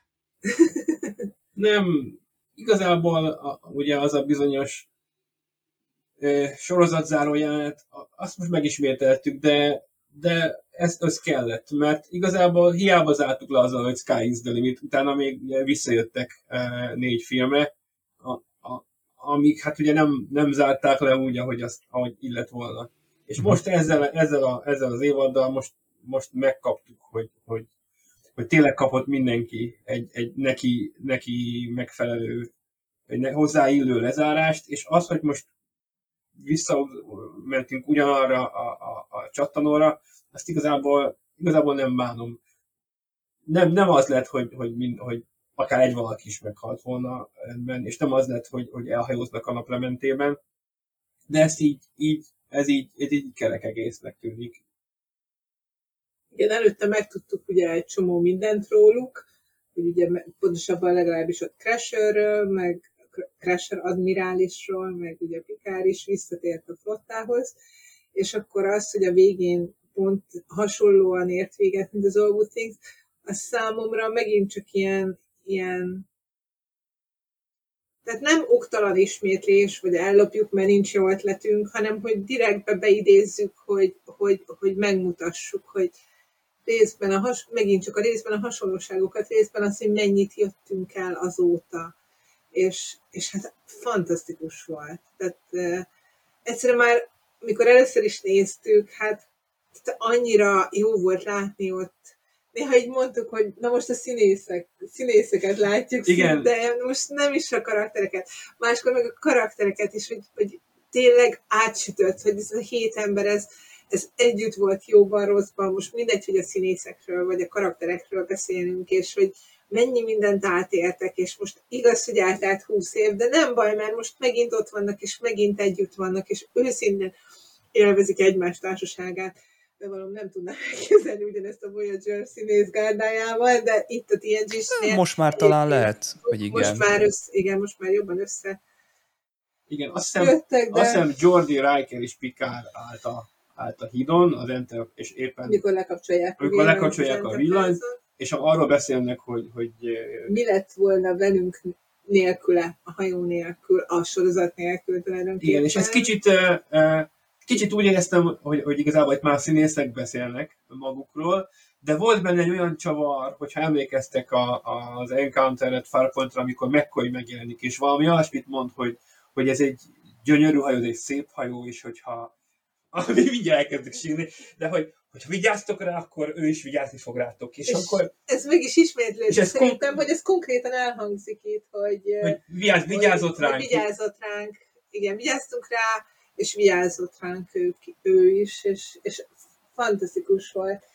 Nem, igazából ugye az a bizonyos sorozatzáró jelenet, azt most megismételtük, de ez kellett, mert igazából hiába zártuk le azzal, hogy Sky is the limit, utána még visszajöttek 4 filmre, amik hát ugye nem zárták le úgy, ahogy illett volna. És most ezzel az évaddal most megkaptuk, hogy tényleg kapott mindenki egy neki megfelelő, egy hozzáillő lezárást, és az, hogy most visszamentünk ugyanarra a csattanóra, azt igazából nem bánom. Nem az lett, hogy akár egy valaki is meghalt volna ebben, és nem az lett, hogy elhajóznak a naplementében, de ez így kerek egésznek tűnik. Igen, előtte megtudtuk ugye egy csomó mindent róluk, hogy ugye pontosabban legalábbis ott Crusherről, meg Crusher admirálisról, meg ugye Picard is visszatért a flottához, és akkor az, hogy a végén pont hasonlóan ért véget, mint az All Good Things, az számomra megint csak ilyen tehát nem oktalan ismétlés, vagy ellopjuk, mert nincs jó ötletünk, hanem hogy direktbe beidézzük, hogy megmutassuk, hogy részben megint csak a részben a hasonlóságokat, részben az, hogy mennyit jöttünk el azóta. És hát fantasztikus volt. Tehát egyszerűen már, mikor először is néztük, hát annyira jó volt látni ott. Néha így mondtuk, hogy na most a színészeket látjuk, igen. De most nem is a karaktereket. Máskor meg a karaktereket is, hogy tényleg átsütött, hogy ez a 7 ember, ez együtt volt jóban, rosszban, most mindegy, hogy a színészekről vagy a karakterekről beszélünk, és hogy mennyi mindent átértek, és most igaz, hogy eltelt 20 év, de nem baj, mert most megint ott vannak, és megint együtt vannak, és őszintén élvezik egymás társaságát. De valami nem tudnám elképzelni ugyanezt a Voyager színészgárdájával, de itt a TNG-snél... Most már talán lehet, hogy igen. Most már jobban össze. Igen, azt hiszem Jordi Riker és Picard állt a hídon, az Enter, és éppen... Mikor lekapcsolják a villanyt, és arról beszélnek, hogy... Mi lett volna velünk nélküle, a hajó nélkül, a sorozat nélkül tulajdonképpen. Igen, és ez kicsit úgy éreztem, hogy igazából itt már színészek beszélnek magukról, de volt benne egy olyan csavar, hogyha emlékeztek az Encounter-et Farpointra, amikor McCoy megjelenik, és valami olyasmit mond, hogy ez egy gyönyörű hajó, ez egy szép hajó, és hogyha mindjárt elkezdek sírni, de hogyha vigyáztok rá, akkor ő is vigyázni fog rátok. És akkor... Ez meg is ismétlődik szerintem, hogy ez konkrétan elhangzik itt, hogy vigyázott ránk. Vigyázott ránk. Igen, vigyáztunk rá, és vigyázott ránk ő is, és fantasztikus volt.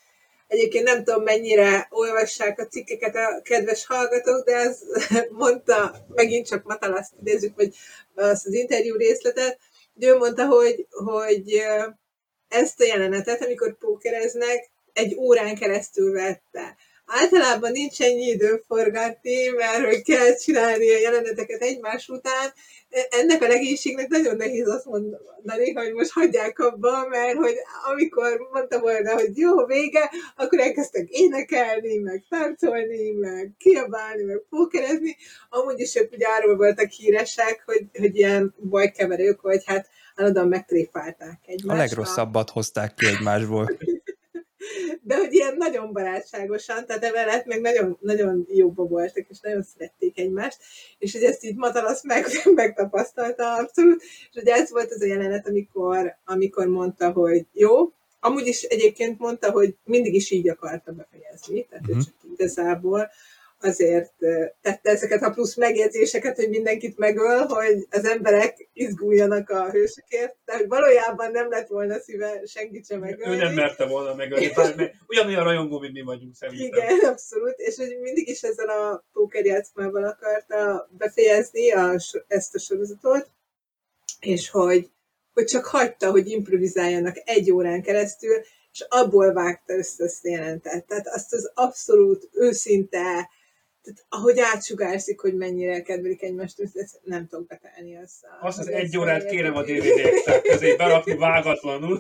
Egyébként nem tudom, mennyire olvassák a cikkeket a kedves hallgatók, de ez mondta, megint csak Matalaszt idézzük, vagy azt az interjú részletet, de ő mondta, hogy ezt a jelenetet, amikor pókereznek, 1 órán keresztül vette. Általában nincs ennyi idő forgatni, mert hogy kell csinálni a jeleneteket egymás után. Ennek a legénységnek nagyon nehéz azt mondani, hogy most hagyják abba, mert hogy amikor mondta volna, hogy jó, vége, akkor elkezdtek énekelni, meg táncolni, meg kiabálni, meg pókerezni. Amúgy is ők ugye arról voltak híresek, hogy ilyen bajkeverők, vagy hát állandóan megtréfálták egymást. A legrosszabbat hozták ki egymásból. De hogy ilyen nagyon barátságosan, tehát emellett meg nagyon, nagyon jóba voltak, és nagyon szerették egymást, és hogy ezt így Matalasz megtapasztalta abszolút, és ugye ez volt az a jelenet, amikor mondta, hogy jó, amúgy is egyébként mondta, hogy mindig is így akarta befejezni, tehát ő csak igazából azért tette ezeket a plusz megjegyzéseket, hogy mindenkit megöl, hogy az emberek izguljanak a hősökért, de hogy valójában nem lett volna szíve senkit sem megölni. Ő nem merte volna megölni, mert ugyanolyan rajongó, mint mi vagyunk szerintem. Igen, abszolút, és hogy mindig is ezzel a pókerjátszmával akarta befejezni ezt a sorozatot, és hogy csak hagyta, hogy improvizáljanak 1 órán keresztül, és abból vágta össze ezt a jelentet. Tehát azt az abszolút őszinte, tehát ahogy átsugárzik, hogy kedvelik egymást, ezt nem tudok betelni össze. Azt az 1 órát kérem a DVD-ek közé berakni vágatlanul.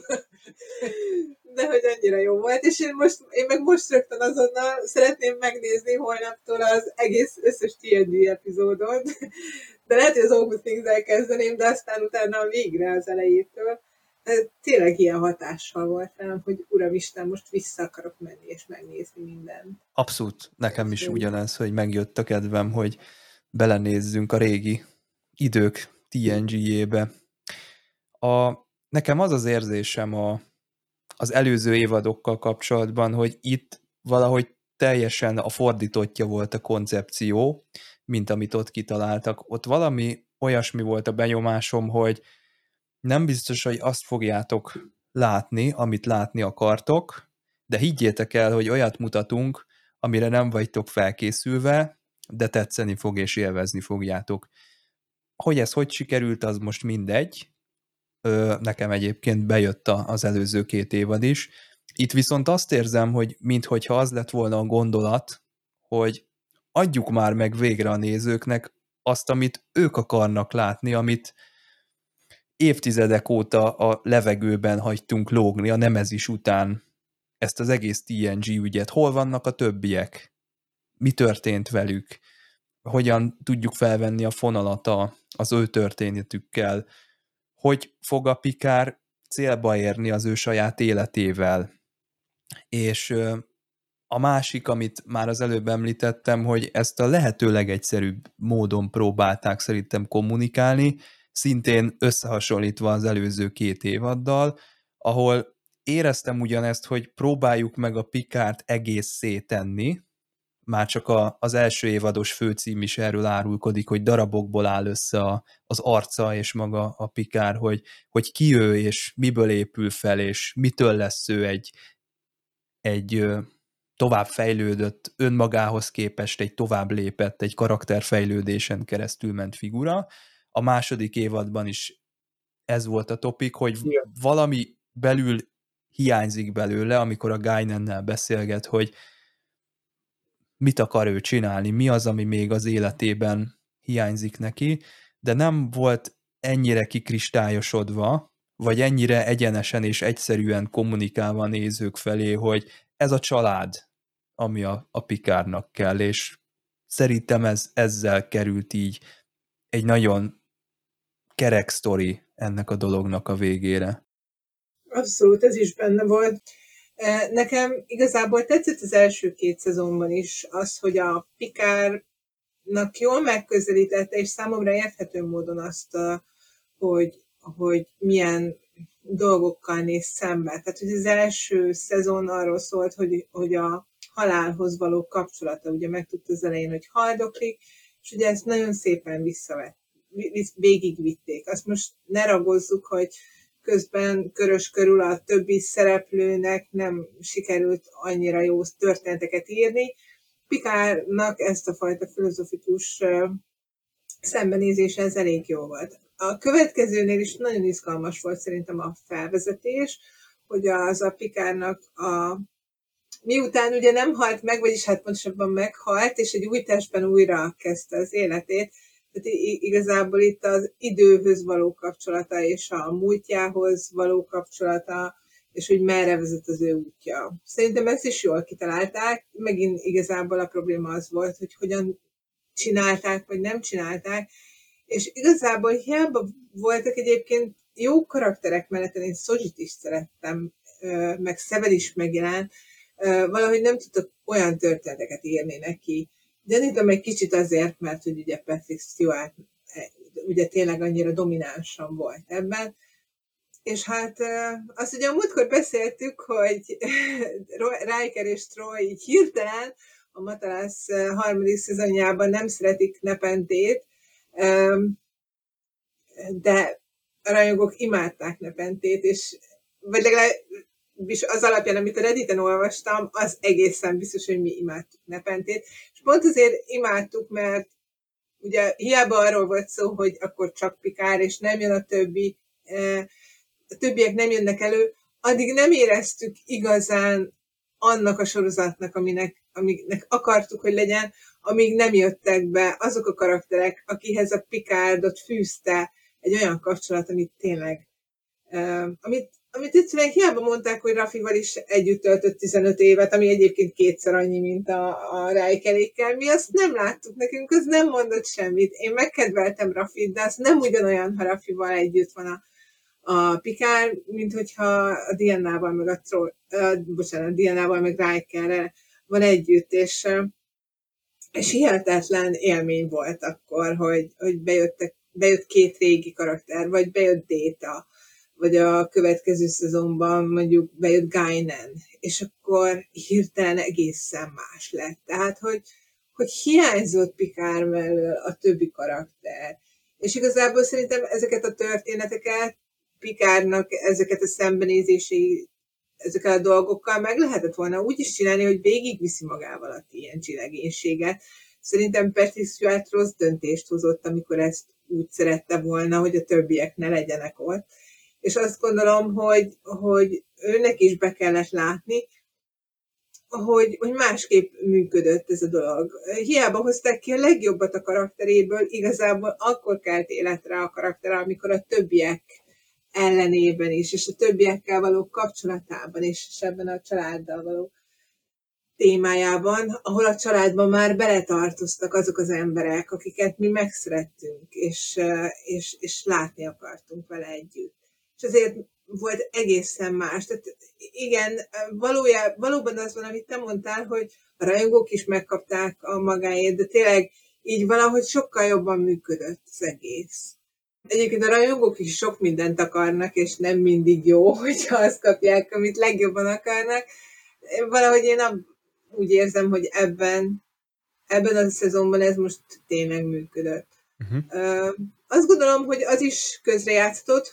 De hogy annyira jó volt, és én meg most rögtön azonnal szeretném megnézni holnaptól az egész összes TNG epizódot, de lehet, hogy az Awful Things-el kezdeném, de aztán utána végre az elejétől. Tényleg ilyen hatással volt rám, hogy uramisten, most vissza akarok menni és megnézni mindent. Abszolút, nekem is ugyanez, hogy megjött a kedvem, hogy belenézzünk a régi idők TNG-jébe. Nekem az az érzésem az előző évadokkal kapcsolatban, hogy itt valahogy teljesen a fordítottja volt a koncepció, mint amit ott kitaláltak. Ott valami olyasmi volt a benyomásom, hogy nem biztos, hogy azt fogjátok látni, amit látni akartok, de higgyétek el, hogy olyat mutatunk, amire nem vagytok felkészülve, de tetszeni fog és élvezni fogjátok. Hogy ez hogy sikerült, az most mindegy. Nekem egyébként bejött az előző 2 évad is. Itt viszont azt érzem, hogy minthogyha az lett volna a gondolat, hogy adjuk már meg végre a nézőknek azt, amit ők akarnak látni, amit évtizedek óta a levegőben hagytunk lógni a Nemezis után ezt az egész TNG ügyet. Hol vannak a többiek? Mi történt velük? Hogyan tudjuk felvenni a fonalat az ő történetükkel? Hogy fog a Picard célba érni az ő saját életével? És a másik, amit már az előbb említettem, hogy ezt a lehető legegyszerűbb módon próbálták szerintem kommunikálni, szintén összehasonlítva az előző 2 évaddal, ahol éreztem ugyanezt, hogy próbáljuk meg a Picard egészé tenni, már csak az első évados főcím is erről árulkodik, hogy darabokból áll össze az arca és maga a Picard, hogy ki ő, és miből épül fel, és mitől lesz ő egy tovább fejlődött, önmagához képest egy tovább lépett, egy karakterfejlődésen keresztül ment figura. A második évadban is ez volt a topik, hogy valami belül hiányzik belőle, amikor a Guinannel beszélget, hogy mit akar ő csinálni, mi az, ami még az életében hiányzik neki, de nem volt ennyire kikristályosodva, vagy ennyire egyenesen és egyszerűen kommunikálva a nézők felé, hogy ez a család, ami a Picardnak kell, és szerintem ezzel került így egy nagyon kerek sztori ennek a dolognak a végére. Abszolút, ez is benne volt. Nekem igazából tetszett az első 2 szezonban is az, hogy a Picardnak jól megközelítette, és számomra érthető módon azt, hogy milyen dolgokkal néz szembe. Tehát, hogy az első szezon arról szólt, hogy a halálhoz való kapcsolata, ugye megtudta az elején, hogy haldoklik, és ugye ezt nagyon szépen végigvitték. Azt most ne ragozzuk, hogy közben körös körül a többi szereplőnek nem sikerült annyira jó történeteket írni. Picardnak ezt a fajta filozofikus szembenézése ez elég jó volt. A következőnél is nagyon izgalmas volt szerintem a felvezetés, hogy az a Picardnak miután ugye nem halt meg, vagyis hát pontosabban meghalt, és egy új testben újra kezdte az életét, tehát igazából itt az időhöz való kapcsolata, és a múltjához való kapcsolata, és hogy merre vezet az ő útja. Szerintem ezt is jól kitalálták, megint igazából a probléma az volt, hogy hogyan csinálták, vagy nem csinálták, és igazából hiába voltak egyébként jó karakterek mellett, én Sojit is szerettem, meg Sever is megjelent, valahogy nem tudtak olyan történeteket írni neki. Gyanítom egy kicsit azért, mert hogy ugye Patrick Stewart ugye tényleg annyira dominánsan volt ebben, és hát azt ugye a múltkor beszéltük, hogy Riker és Troy így hirtelen a Matalász harmadik szezonjában nem szeretik Nepentét, de a rajongók imádták Nepentét, és vagy legalábbis az alapján, amit a Redditen olvastam, az egészen biztos, hogy mi imádtuk Nepentét. És pont azért imádtuk, mert ugye hiába arról volt szó, hogy akkor csak Picard, és nem jön a többi, a többiek nem jönnek elő, addig nem éreztük igazán annak a sorozatnak, aminek akartuk, hogy legyen, amíg nem jöttek be azok a karakterek, akihez a Picardot fűzte egy olyan kapcsolat, amit tényleg, amit egyszerűen hiába mondták, hogy Rafival is együtt töltött 15 évet, ami egyébként kétszer annyi, mint a Rikerékkel. Mi azt nem láttuk, nekünk az nem mondott semmit. Én megkedveltem Rafit, de az nem ugyanolyan, ha Rafival együtt van a Picard, mint hogyha a Diana-val meg Diana-val meg Rikerrel van együtt, és hihetetlen élmény volt akkor, hogy bejött két régi karakter, vagy bejött Data, vagy a következő szezonban mondjuk bejött Guinan, és akkor hirtelen egészen más lett. Tehát, hogy hiányzott Picard mellől a többi karakter. És igazából szerintem ezeket a történeteket, Picardnak ezeket a szembenézési, ezekkel a dolgokkal meg lehetett volna úgy is csinálni, hogy végigviszi magával a TNG legénységet. Szerintem Patrick Stewart rossz döntést hozott, amikor ezt úgy szerette volna, hogy a többiek ne legyenek ott. És azt gondolom, hogy őnek is be kellett látni, hogy másképp működött ez a dolog. Hiába hozták ki a legjobbat a karakteréből, igazából akkor kelt életre a karaktere, amikor a többiek ellenében is, és a többiekkel való kapcsolatában is, és ebben a családdal való témájában, ahol a családban már beletartoztak azok az emberek, akiket mi megszerettünk, és látni akartunk vele együtt. És azért volt egészen más. Tehát igen, valóban az van, amit te mondtál, hogy a rajongók is megkapták a magáét, de tényleg így valahogy sokkal jobban működött az egész. Egyébként a rajongók is sok mindent akarnak, és nem mindig jó, hogyha azt kapják, amit legjobban akarnak. Valahogy én úgy érzem, hogy ebben a szezonban ez most tényleg működött. Azt gondolom, hogy az is közrejátszott,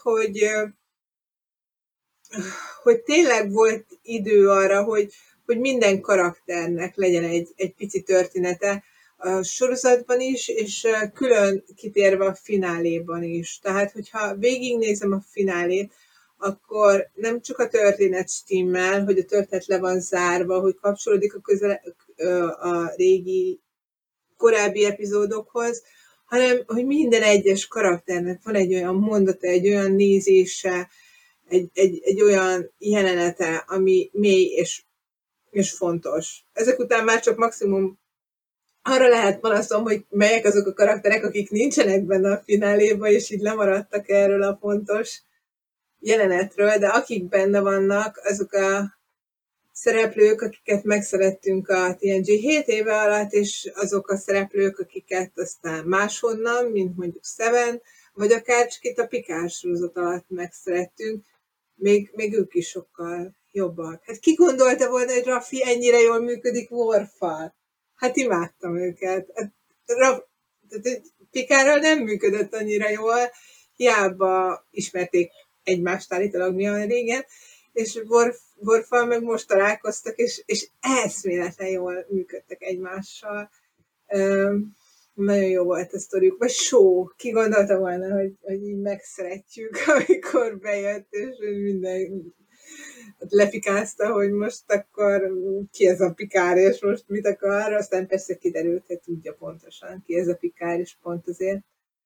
hogy tényleg volt idő arra, hogy minden karakternek legyen egy pici története a sorozatban is, és külön kitérve a fináléban is. Tehát, hogyha végignézem a finálét, akkor nem csak a történet stimmel, hogy a történet le van zárva, hogy kapcsolódik a régi, korábbi epizódokhoz, hanem, hogy minden egyes karakternek van egy olyan mondata, egy olyan nézése, egy olyan jelenete, ami mély és fontos. Ezek után már csak maximum arra lehet panaszom, hogy melyek azok a karakterek, akik nincsenek benne a fináléban, és így lemaradtak erről a fontos jelenetről, de akik benne vannak, azok a szereplők, akiket megszerettünk a TNG 7 éve alatt, és azok a szereplők, akiket aztán máshonnan, mint mondjuk Seven, vagy akár csak itt a Picard sorozat alatt megszerettünk, még ők is sokkal jobbak. Hát ki gondolta volna, hogy Raffi ennyire jól működik Worf-fal? Hát imádtam őket. Picardral nem működött annyira jól, hiába ismerték egymást állítólag mi olyan régen, és Worffal meg most találkoztak, és eszméletlen jól működtek egymással. Nagyon jó volt a sztoriuk. Vagy show. Ki gondolta volna, hogy így megszeretjük, amikor bejött, és minden lefikázta, hogy most akkor ki ez a Picard, és most mit akar, aztán persze kiderült, hogy tudja pontosan ki ez a Picard, és pont azért.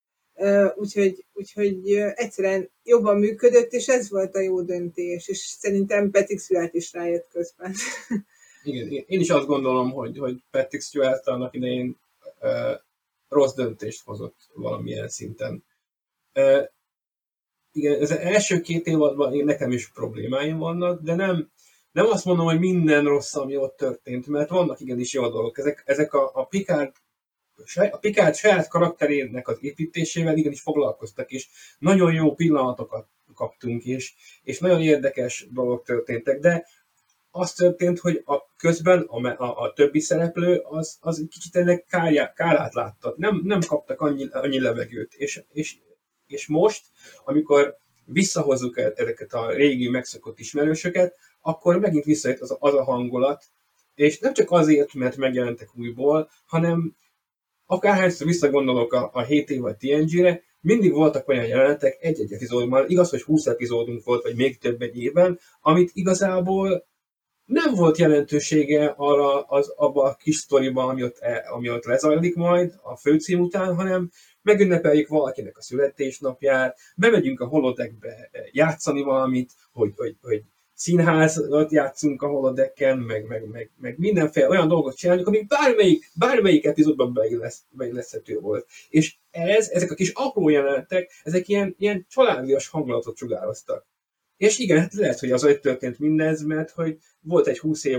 Úgyhogy egyszerűen jobban működött, és ez volt a jó döntés, és szerintem Patrick Stewart is rájött közben. Igen, én is azt gondolom, hogy Patrick Stewart annak idején rossz döntést hozott valamilyen szinten. Igen, az első 2 évadban nekem is problémáim vannak, de nem azt mondom, hogy minden rossz, ami ott történt, mert vannak igenis jó dolgok. Ezek a Picard saját karakterének az építésével igenis foglalkoztak, és nagyon jó pillanatokat kaptunk, és nagyon érdekes dolgok történtek, de az történt, hogy közben a többi szereplő az kicsit ennek kárát láttat. Nem kaptak annyi levegőt. És most, amikor visszahozzuk ezeket a régi megszokott ismerősöket, akkor megint visszajött az a hangulat, és nem csak azért, mert megjelentek újból, hanem akárhányszor visszagondolok a 7 év vagy TNG-re, mindig voltak olyan jelenetek egy-egy epizódban, igaz, hogy 20 epizódunk volt, vagy még több egy évben, amit igazából nem volt jelentősége abba a kis sztoriban, ami ott lezajlik majd a főcím után, hanem megünnepeljük valakinek a születésnapját, bemegyünk a holodeckbe játszani valamit, hogy színházat játszunk a holodecken, meg mindenféle olyan dolgot csináljuk, ami bármelyik epizódban beilleszthető volt. És ezek a kis apró jelenetek, ezek ilyen családias hangulatot sugároztak. És igen, hát lehet, hogy azért történt mindez, mert hogy volt egy 20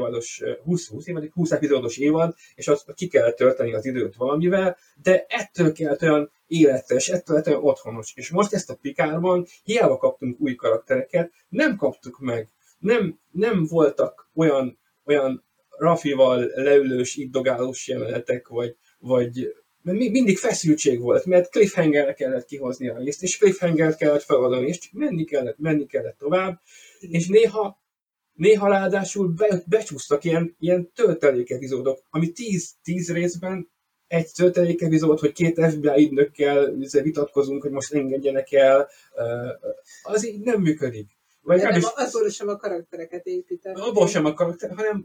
epizódos évad, és azt ki kellett tölteni az időt valamivel, de ettől kellett olyan életes, ettől lett olyan otthonos. És most ezt a Picardban hiába kaptunk új karaktereket, nem kaptuk meg. Nem voltak olyan Rafival leülős, iddogálós jelenetek, vagy mindig feszültség volt, mert cliffhangerre kellett kihozni a részt, és cliffhangert kellett feladni, és csak menni kellett tovább, és néha ráadásul becsúsztak ilyen töltelék epizódok, ami 10 részben egy töltelék epizód, hogy 2 FBI ügynökkel vitatkozunk, hogy most engedjenek el, az így nem működik. Vagy nem, azból sem a karaktereket építeni. Abból sem a karakter, hanem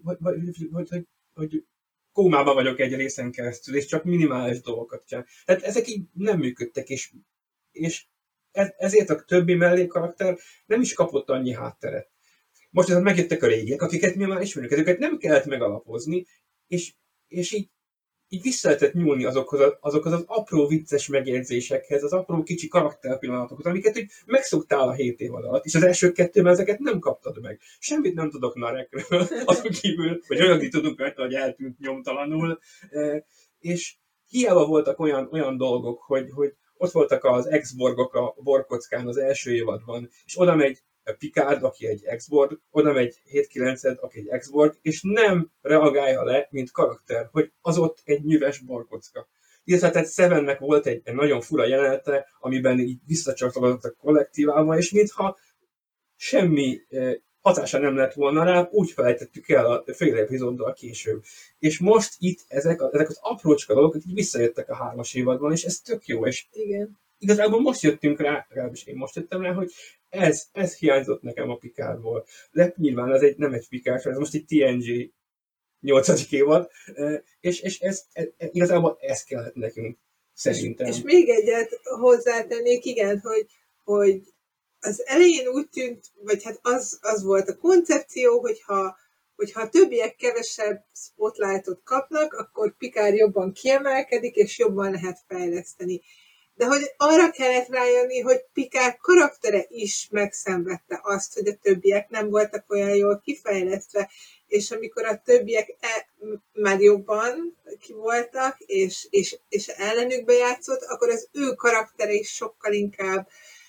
hogy kómában vagyok egy részen keresztül, és csak minimális dolgokat csinál. Tehát ezek így nem működtek, és ezért a többi mellékkarakter nem is kapott annyi hátteret. Most ezért megjöttek a régiek, akiket mi már ismerünk, ezeket nem kellett megalapozni, és így vissza lehetett nyúlni azokhoz az apró vicces megjegyzésekhez, az apró kicsi karakterpillanatokat, amiket úgy megszoktál a 7 év alatt, és az első 2-ben ezeket nem kaptad meg. Semmit nem tudok Narekről, azon kívül, hogy olyan tudunk rajta, hogy eltűnt nyomtalanul, és hiába voltak olyan dolgok, hogy ott voltak az ex-borgok a borkockán az első évadban, és oda megy Picard, aki egy ex-borg, oda megy 7-9-ed, aki egy ex-borg, és nem reagálja le, mint karakter, hogy az ott egy nyüves borkocka. Illetve tehát Sevennek volt egy nagyon fura jelenete, amiben így visszacsatolódott a kollektívával, és mintha semmi hatása nem lett volna rá, úgy felejtettük el a fél epizóddal később. És most itt ezek az aprócska dolgok így visszajöttek a 3-as évadban, és ez tök jó, és igen. Igazából most jöttünk rá, legalábbis én most jöttem rá, hogy ez hiányzott nekem a Picardból. De nyilván ez nem egy Picard, ez most egy TNG 8. évad, és igazából ez kellett nekünk, szerintem. És még egyet hozzátennék, igen, hogy az elején úgy tűnt, vagy hát az volt a koncepció, hogyha a többiek kevesebb spotlightot kapnak, akkor Picard jobban kiemelkedik, és jobban lehet fejleszteni. De hogy arra kellett rájönni, hogy Picard karaktere is megszenvedte azt, hogy a többiek nem voltak olyan jól kifejlesztve, és amikor a többiek már jobban ki voltak, és ellenükbe játszott, akkor az ő karaktere is sokkal inkább,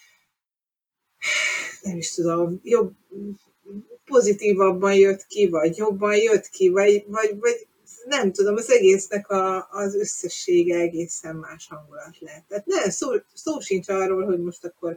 nem is tudom, jobb, pozitívabban jött ki, vagy jobban jött ki, vagy nem tudom, az egésznek az összessége egészen más hangulat lehet. Tehát szó sincs arról, hogy most akkor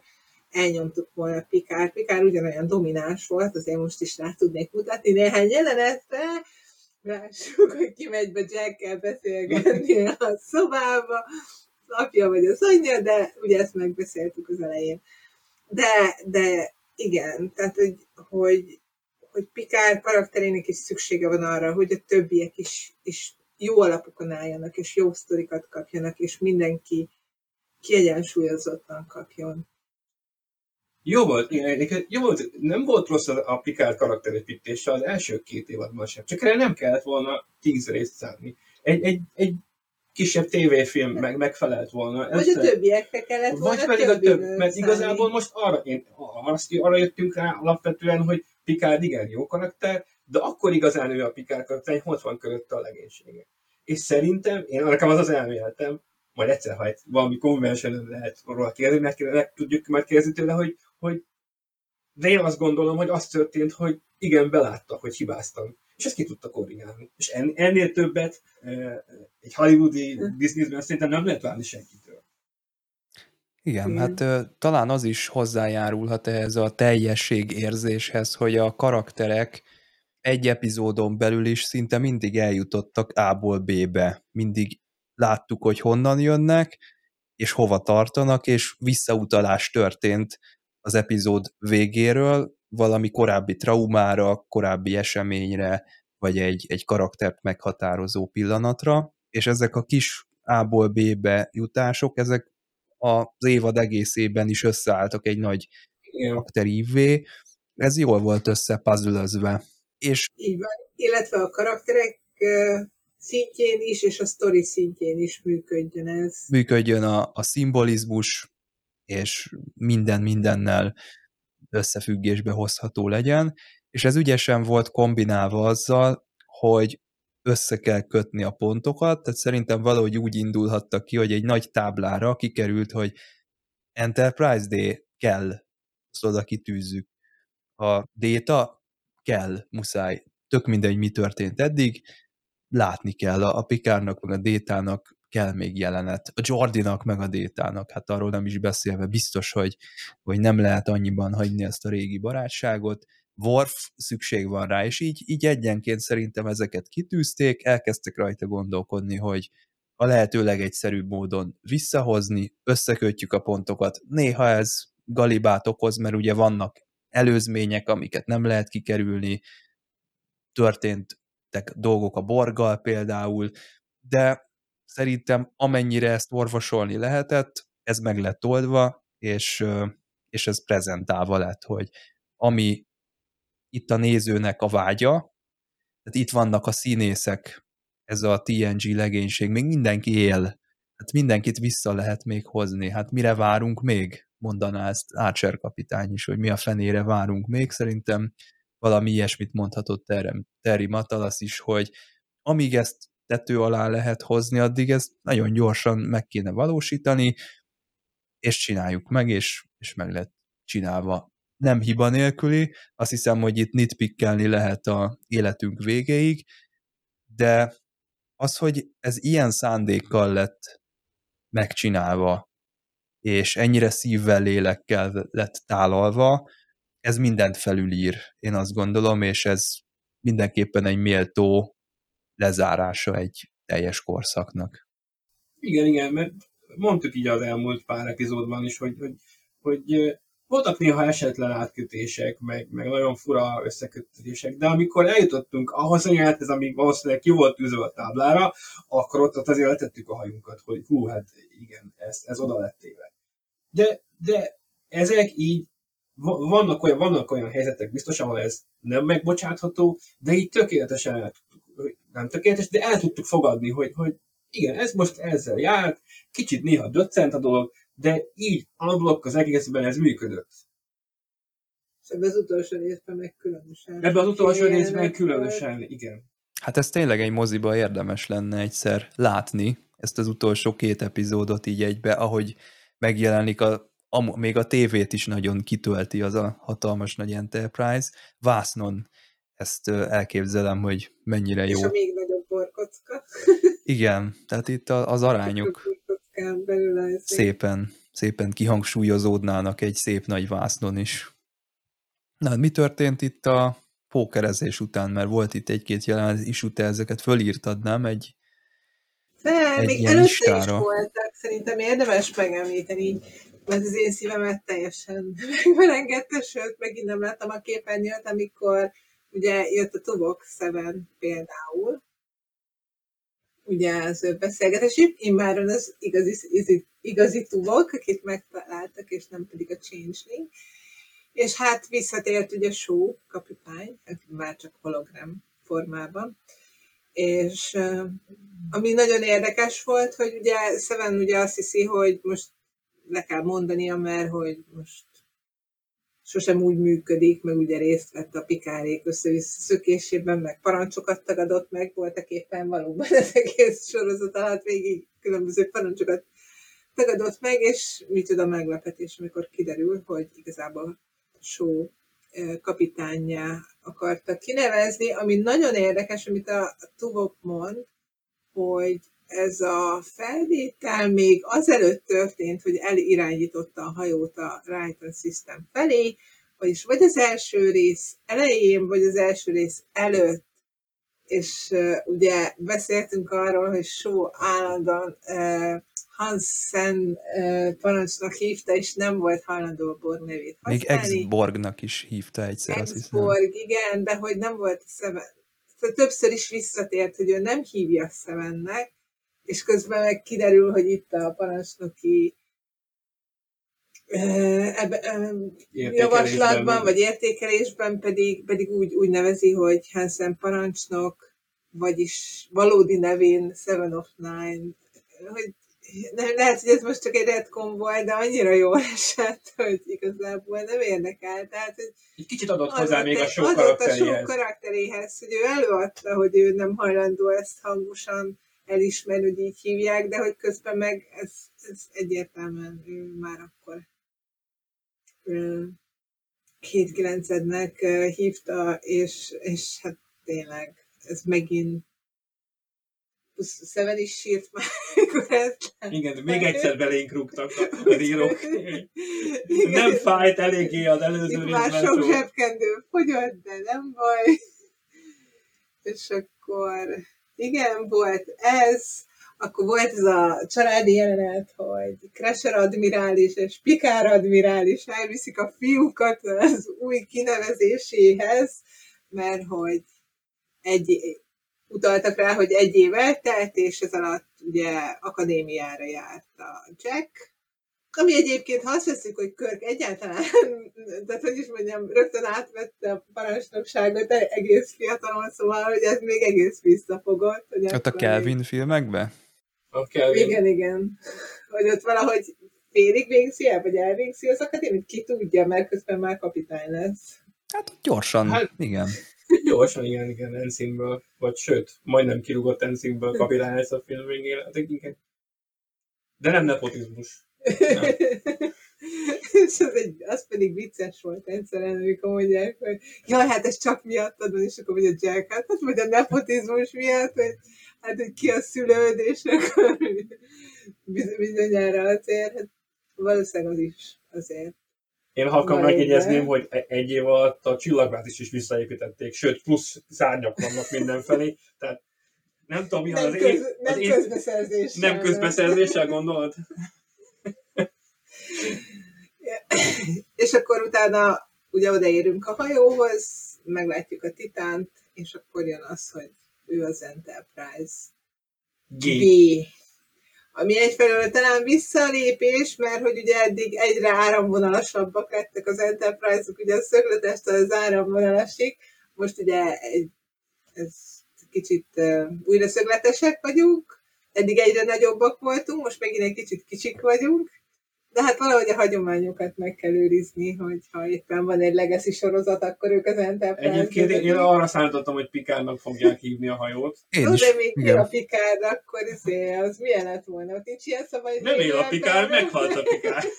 elnyomtuk volna Picard. Picard ugyanolyan domináns volt, azért most is rá tudnék mutatni néhány jelenetre. Lássuk, hogy kimegy be Jackkel beszélgetni a szobába, az apja vagy az anyja, de ugye ezt megbeszéltük az elején. De igen, tehát hogy Picard karakterének is szüksége van arra, hogy a többiek is jó alapokon álljanak, és jó sztorikat kapjanak, és mindenki kiegyensúlyozottan kapjon. Jó volt, nem volt rossz a Picard karakterépítése az első 2 évadban sem, csak erre nem kellett volna 10 részt szállni. Egy kisebb tévéfilm megfelelt volna. Vagy a többiekre kellett volna. Vagy pedig a több, mert igazából most arra jöttünk rá alapvetően, hogy Picard igen jó karakter, de akkor igazán ő a Picard karakter, hogy ott van körötte a legénysége. És szerintem, nekem az elméletem, majd egyszer, ha valami konventionen lehet róla kérdezni, meg tudjuk majd kérdezni tőle, de én azt gondolom, hogy az történt, hogy igen, belátta, hogy hibáztam. És ezt ki tudta korrigálni. És ennél többet egy hollywoodi Disneyben szerintem nem lehet várni senkitől. Igen, hát talán az is hozzájárulhat ehhez a teljesség érzéshez, hogy a karakterek egy epizódon belül is szinte mindig eljutottak A-ból B-be. Mindig láttuk, hogy honnan jönnek, és hova tartanak, és visszautalás történt az epizód végéről, valami korábbi traumára, korábbi eseményre, vagy egy karaktert meghatározó pillanatra, és ezek a kis A-ból B-be jutások, ezek az évad egészében is összeálltak egy nagy karakterívvé. Ez jól volt összepuzzlözve. És így van, illetve a karakterek szintjén is, és a sztori szintjén is működjön ez. Működjön a szimbolizmus, és mindennel összefüggésbe hozható legyen, és ez ügyesen volt kombinálva azzal, hogy össze kell kötni a pontokat, tehát szerintem valahogy úgy indulhattak ki, hogy egy nagy táblára kikerült, hogy Enterprise D kell, azt oda kitűzzük. A Data kell, muszáj. Tök mindegy, mi történt eddig, látni kell a Picardnak, meg a Détának kell még jelenet. A Jordinak, meg a Détának, hát arról nem is beszélve, biztos, hogy nem lehet annyiban hagyni ezt a régi barátságot. Worf szükség van rá, és így egyenként szerintem ezeket kitűzték, elkezdtek rajta gondolkodni, hogy a lehető legegyszerűbb módon visszahozni, összekötjük a pontokat. Néha ez galibát okoz, mert ugye vannak előzmények, amiket nem lehet kikerülni, történtek dolgok a Borggal például, de szerintem amennyire ezt orvosolni lehetett, ez meg lett oldva, és ez prezentálva lett, hogy ami itt a nézőnek a vágya, tehát itt vannak a színészek, ez a TNG legénység, még mindenki él, hát mindenkit vissza lehet még hozni, hát mire várunk még? Mondaná ezt Archer kapitány is, hogy mi a fenére várunk még, szerintem valami ilyesmit mondhatott Terry Matalas is, hogy amíg ezt tető alá lehet hozni, addig ezt nagyon gyorsan meg kéne valósítani, és csináljuk meg, és meg lett csinálva. Nem hiba nélküli, azt hiszem, hogy itt nitpickelni lehet a életünk végéig, de az, hogy ez ilyen szándékkal lett megcsinálva, és ennyire szívvel, lélekkel lett tálalva, ez mindent felülír, én azt gondolom, és ez mindenképpen egy méltó lezárása egy teljes korszaknak. Igen, mert mondtuk így az elmúlt pár epizódban is, hogy voltak néha esetlen átkötések, meg nagyon fura összekötések, de amikor eljutottunk ahhoz a jelenethez, amíg valószínűleg ki volt tűzve a táblára, akkor ott azért letettük a hajunkat, hogy hát igen, ez oda lett téve. De ezek így, vannak olyan helyzetek biztosan, ahol ez nem megbocsátható, de így tökéletesen nem tökéletes, de el tudtuk fogadni, hogy igen, ez most ezzel járt, kicsit néha döccent a dolog, de így alapblokk az egészben ez működött. És ebben az utolsó részben meg különösen. Ebben az utolsó részben különösen, igen. Hát ez tényleg egy moziba érdemes lenne egyszer látni, ezt az utolsó 2 epizódot így egybe, ahogy megjelenik még a tévét is nagyon kitölti az a hatalmas nagy Enterprise. Vásznon ezt elképzelem, hogy mennyire jó. És a még nagyobb borkocka. Igen, tehát itt az arányok szépen szépen kihangsúlyozódnának egy szép nagy vásznon is. Na, mi történt itt a pókerezés után? Mert volt itt egy-két jelenet is, te ezeket fölírtad, nem? Egy még ilyen előtte is listára. voltak, szerintem érdemes megemlíteni, mert az én szívemet teljesen megverengedte, sőt, megint nem láttam a képernyőt, amikor ugye jött a Tuvok 7 például, ugye az ő beszélgetésük, immáron az igazi Tuvok, akit megtaláltak, és nem pedig a Changeling. És hát visszatért ugye Shaw kapitány, már csak hologram formában. És ami nagyon érdekes volt, hogy ugye Seven ugye azt hiszi, hogy most le kell mondania, mert hogy most sosem úgy működik, meg ugye részt vett a Pikárék össze-vissza szökésében, meg parancsokat tagadott meg, voltak éppen valóban az egész sorozat alatt végig különböző parancsokat tagadott meg, és micsoda meglepetés, amikor kiderül, hogy igazából Shaw kapitánnyá akarta kinevezni, ami nagyon érdekes, amit a Tuvok mond, hogy ez a felvétel még azelőtt történt, hogy elirányította a hajót a Rayton System felé, vagyis vagy az első rész elején, vagy az első rész előtt. És ugye beszéltünk arról, hogy Shaw állandóan Hansen parancsnak hívta, és nem volt hajlandó a Borg nevét használni. Még ex-Borgnak is hívta egyszer, azt hiszem. Ex-Borg, igen, de hogy nem volt Seven. Többször is visszatért, hogy ő nem hívja Sevennek, és közben meg kiderül, hogy itt a parancsnoki javaslatban, vagy értékelésben pedig úgy nevezi, hogy Hansen parancsnok, vagyis valódi nevén Seven of Nine, hogy lehet, hogy ez most csak egy retcon volt, de annyira jól esett, hogy igazából nem érdekel. Tehát, hogy egy kicsit adott hozzá még a Shaw karakteréhez. Hogy ő előadta, hogy ő nem hajlandó ezt hangosan elismerni, hogy így hívják, de hogy közben meg ez egyértelműen ő már akkor 7-9-ednek hívta, és hát tényleg ez megint Seven is sírt már, amikor ezt igen, még egyszer belénk rúgtak az írók. Nem fájt eléggé az előző részben. Már sok zsebkendő fogyott, de nem baj. És akkor igen, volt ez. Akkor volt ez a családi jelenet, hogy Crusher admirális és Picard admirális elviszik a fiúkat az új kinevezéséhez, mert hogy utaltak rá, hogy 1 év eltelt, és ez alatt ugye akadémiára járt a Jack, ami egyébként, ha azt veszik, hogy Kirk egyáltalán, tehát hogy is mondjam, rögtön átvette a parancsnokságot egész fiatalon, szóval, hogy ez még egész visszafogott. Ott a Kelvin filmekben? A Kelvin. Igen. Hogy ott valahogy félig végzi el, vagy elvégzi az akadémiát, ki tudja, mert közben már kapitány lesz. Hát gyorsan, igen. Gyorsan, igen, Ensignből, vagy sőt, majdnem kirúgott Ensignből kapitány lesz a film végén. De nem nepotizmus. És az pedig vicces volt egyszerűen, amikor mondják, hogy jaj, hát ez csak miattad van, és akkor mondja Jack, hát vagy a nepotizmus miatt, hogy ki a szülőd, és akkor bizonyára azért, hát valószínűleg az is azért. Én halkan megjegyezném, hogy 1 év alatt a Csillagvázist is visszaépítették, sőt, plusz szárnyak vannak mindenfelé, tehát nem tudom, mi az én... Nem közbeszerzéssel. Nem közbeszerzéssel gondolod? És akkor utána ugye odaérünk a hajóhoz, meglátjuk a Titánt, és akkor jön az, hogy ő az Enterprise G. Ami egyfelől talán visszalépés, mert hogy ugye eddig egyre áramvonalasabbak lettek az Enterprise-ok, ugye a szögletestől az áramvonalasig, most ugye ez kicsit újra szögletesek vagyunk, eddig egyre nagyobbak voltunk, most megint egy kicsit kicsik vagyunk, de hát valahogy a hagyományokat meg kell őrizni, hogy ha éppen van egy legacy sorozat, akkor ők az Enterprise. Egyébként én arra számítottam, hogy Picardnak fogják hívni a hajót. Én is, de még igen. a Picard, akkor az milyen lett volna? Ott nincs ilyen szabály. Nem él a Picard, meghalt a Picard.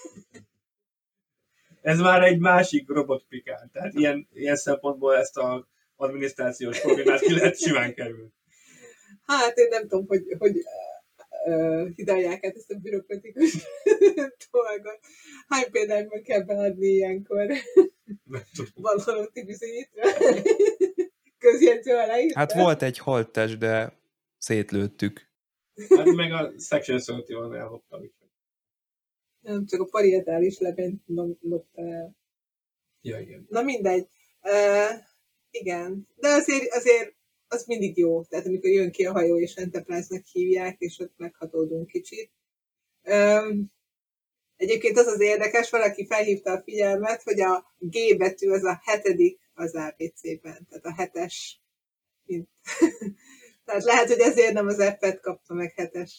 Ez már egy másik robot Picard. Tehát ilyen szempontból ezt az adminisztrációs problémát ki lehet simán kerülni. Hát én nem tudom, hogy hidalják át ezt a bürokratikus dolgot. Hány példányban kell beadni ilyenkor valóti bizonyítva? Közjegyző aláírta? Hát volt egy holttest, de szétlőttük. Hát meg a Section 31 elhoptam. Nem, csak a parietális lebenyt lopta el. Ja, igen. Na mindegy. Igen. De azért az mindig jó. Tehát amikor jön ki a hajó, és Enterprise-nek hívják, és ott meghatódunk kicsit. Egyébként az érdekes, valaki felhívta a figyelmet, hogy a G betű az a 7. az ABC-ben. Tehát a 7-es. Tehát lehet, hogy ezért nem az F-et kapta meg 7-es.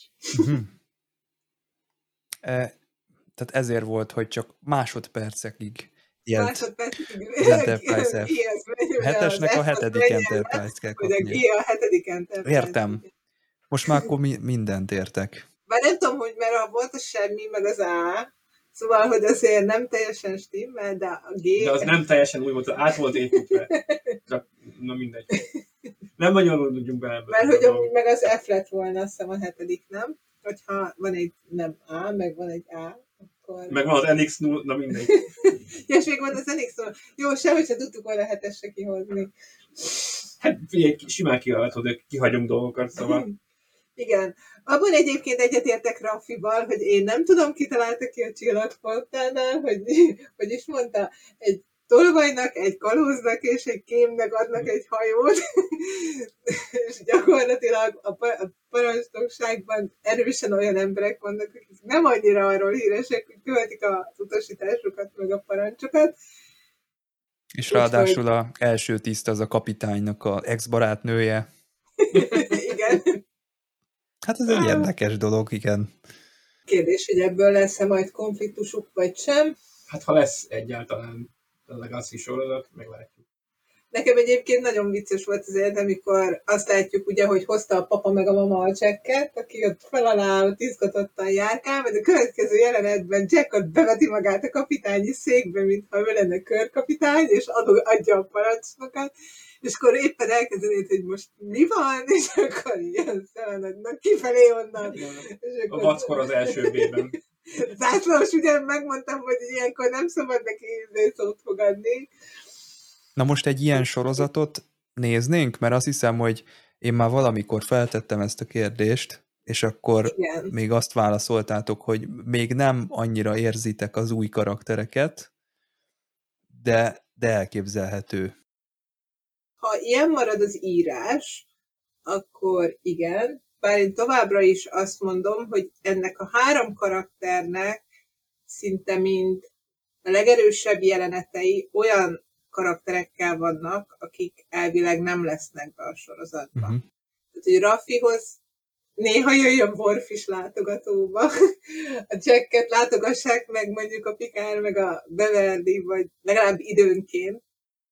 Tehát ezért volt, hogy csak másodpercekig élt Másodpercig. az Enterprise F. A 7-esnek a 7. Enterprise-t kell Hogy a kapni. G a 7. Enterprise. Értem. Most már akkor mindent értek. Bár nem tudom, hogy mert volt a semmi, meg az A, szóval, hogy azért nem teljesen stimmel, de a G... De az nem teljesen úgy volt, át volt építve. Csak, na mindegy. Nem nagyon tudjunk bele. Mert hogy amúgy meg az F lett volna, azt hiszem a 7. nem? Hogyha van egy nem A, meg van egy A, akkor... Meg van az NX0, na mindegy. Ja, és még van az NX-től. Jó, sehogy se tudtuk volna 7-esre kihozni. Hát figyelj, simán kihagyhatod, hogy kihagyunk dolgokat, szóval. Igen. Abban egyébként egyetértek Raffival, hogy én nem tudom, ki találta ki a csillagfontánál, hogy is mondta, egy tolvajnak, egy kalóznak és egy kémnek adnak egy hajót, és gyakorlatilag a parancsnokságban erősen olyan emberek vannak, akik nem annyira arról híresek, hogy követik az utasításokat, meg a parancsokat. És ráadásul az első tiszt az a kapitánynak a ex-barátnője. Igen. Hát ez egy érdekes dolog, igen. Kérdés, hogy ebből lesz-e majd konfliktusuk, vagy sem. Hát ha lesz egyáltalán a Legacy sorozat, meglátjuk. Nekem egyébként nagyon vicces volt azért, amikor azt látjuk, ugye, hogy hozta a papa meg a mama a Jacket, aki ott fel alá, ott izgatottan járkál, mert a következő jelenetben Jack ott beveti magát a kapitányi székbe, mintha ő lenne körkapitány, és adja a parancsnokat, és akkor éppen elkezdenéd, hogy most mi van, és akkor ilyen szemenednek kifelé onnan. A vackor az első B-ben. Zászlós, ugye megmondtam, hogy ilyenkor nem szabad neki szót fogadni. Na most egy ilyen sorozatot néznénk, mert azt hiszem, hogy én már valamikor feltettem ezt a kérdést, és akkor Igen. még azt válaszoltátok, hogy még nem annyira érzitek az új karaktereket, de elképzelhető. Ha ilyen marad az írás, akkor igen, bár én továbbra is azt mondom, hogy ennek a 3 karakternek szinte mind a legerősebb jelenetei olyan karakterekkel vannak, akik elvileg nem lesznek be a sorozatban. Tehát, hogy Raffihoz néha jöjjön Worf is látogatóba, a Jacket látogassák meg mondjuk a Picard, meg a Beverly, vagy legalább időnként.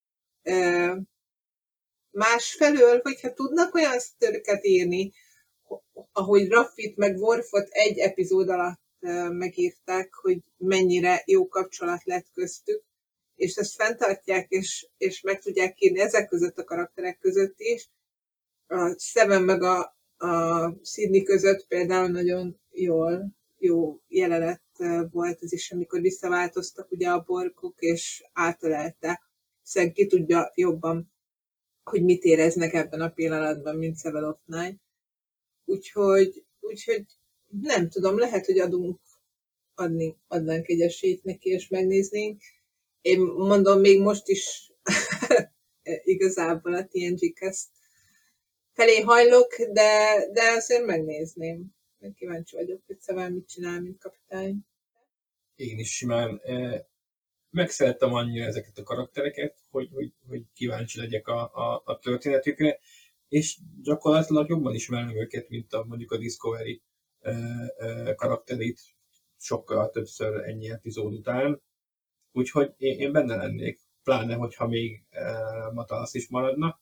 Másfelől, hogyha tudnak olyan sztorikat írni, ahogy Raffit meg Worfot egy epizód alatt megírták, hogy mennyire jó kapcsolat lett köztük, és ezt fenntartják, és meg tudják írni ezek között a karakterek között is. A Seven meg a Sydney között például nagyon jó jelenet volt ez is, amikor visszaváltoztak ugye a Borgok, és átölelte. Hiszen ki tudja jobban, hogy mit éreznek ebben a pillanatban, mint Seven of Nine. Úgyhogy nem tudom, lehet, hogy adnánk egy esélyt neki, és megnéznénk. Én mondom, még most is igazából a TNG-hez felé hajlok, de azért megnézném. Kíváncsi vagyok, hogy Seven mit csinál, mint kapitány. Én is simán megszerettem annyira ezeket a karaktereket, hogy kíváncsi legyek a történetükre, és gyakorlatilag jobban ismerem őket, mint mondjuk a Discovery karakterét sokkal többször ennyi epizód után. Úgyhogy én benne lennék, pláne, hogyha még Matalas is maradna.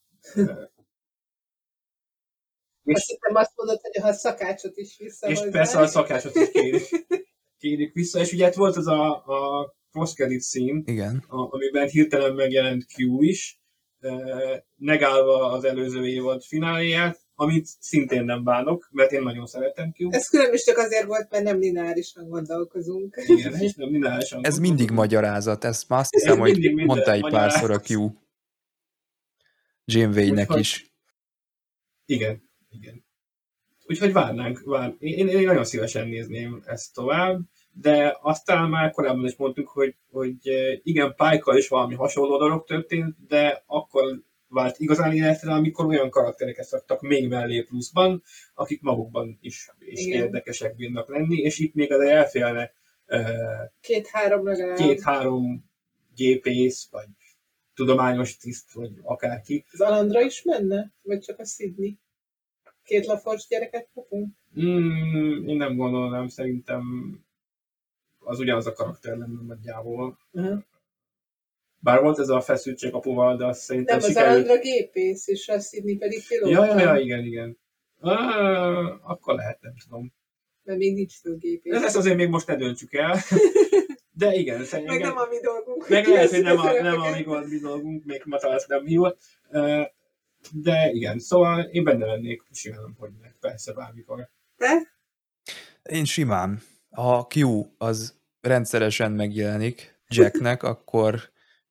Azt hiszem azt mondod, hogy ha a szakácsot is visszahozzák. És persze a szakácsot is kérjük vissza. És ugye volt az a post-credit scene, Igen. amiben hirtelen megjelent Q is, negálva az előző évad fináléját, amit szintén nem bánok, mert én nagyon szeretem Cube. Ez külön is csak azért volt, mert nem lineárisan gondolkozunk. Igen, és nem lineárisan. Ez mindig magyarázat, ezt már azt hiszem, hogy mindig minden mondta egy párszor a magyarázat. Q. Janeway-nek Úgyhogy- is. Igen. Úgyhogy várnánk. Én nagyon szívesen nézném ezt tovább, de aztán már korábban is mondtuk, hogy igen, Pike-kal is valami hasonló dolog történt, de akkor vált igazán életre, amikor olyan karaktereket raktak még mellé pluszban, akik magukban is Igen. érdekesek bírnak lenni, és itt még azért elfélne 2-3 legalább. 2-3 gépész, vagy tudományos tiszt, vagy akárki. Az Alandra is menne? Vagy csak a Sydney? 2 Laforge gyereket kapunk? Én nem gondolnám, szerintem az ugyanaz a karakter lenne nagyjából. Uh-huh. Bár volt ez a feszültség apuval, de azt szerintem Nem, az Alandra gépész, és a Sydney pedig pilóta. Ja, igen. Akkor lehet, nem tudom. Mert még nincs több gépész. Ez azért még most ne döntsük el. De igen, Meg nem a mi dolgunk. meg lehet, hogy nem a szerepeket. mi dolgunk, még Matalsz nem hívott. De igen, szóval én benne lennék, simán, hogy meg, persze bármikor. Te? Én simán. Ha Q az rendszeresen megjelenik Jacknek, akkor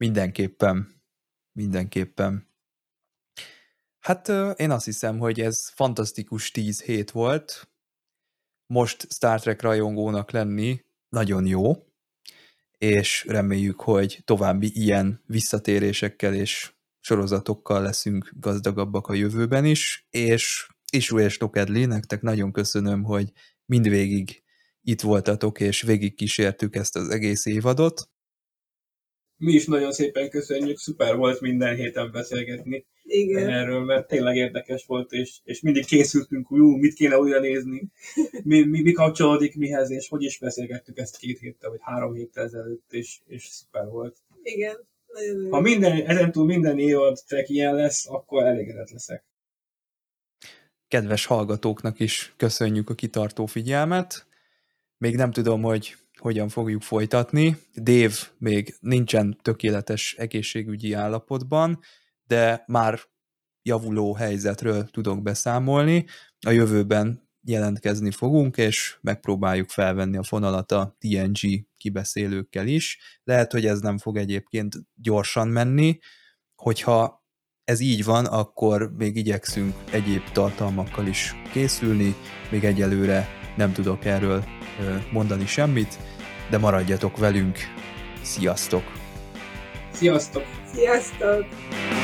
mindenképpen. Hát én azt hiszem, hogy ez fantasztikus 10 hét volt. Most Star Trek rajongónak lenni nagyon jó, és reméljük, hogy további ilyen visszatérésekkel és sorozatokkal leszünk gazdagabbak a jövőben is, és Isru és Tokedli, nektek nagyon köszönöm, hogy mindvégig itt voltatok, és végig kísértük ezt az egész évadot. Mi is nagyon szépen köszönjük, szuper volt minden héten beszélgetni Igen. erről, mert tényleg érdekes volt, és mindig készültünk, hogy mit kéne újra nézni, mi kapcsolódik mihez, és hogy is beszélgettük ezt 2 héttel, vagy 3 héttel ezelőtt, és szuper volt. Igen. Nagyon Ha ezentúl minden évad Trek ilyen lesz, akkor elégedett leszek. Kedves hallgatóknak is köszönjük a kitartó figyelmet. Még nem tudom, hogy hogyan fogjuk folytatni. Dave még nincsen tökéletes egészségügyi állapotban, de már javuló helyzetről tudok beszámolni. A jövőben jelentkezni fogunk, és megpróbáljuk felvenni a fonalat a TNG kibeszélőkkel is. Lehet, hogy ez nem fog egyébként gyorsan menni. Hogyha ez így van, akkor még igyekszünk egyéb tartalmakkal is készülni. Még egyelőre nem tudok erről mondani semmit, de maradjatok velünk. Sziasztok! Sziasztok! Sziasztok!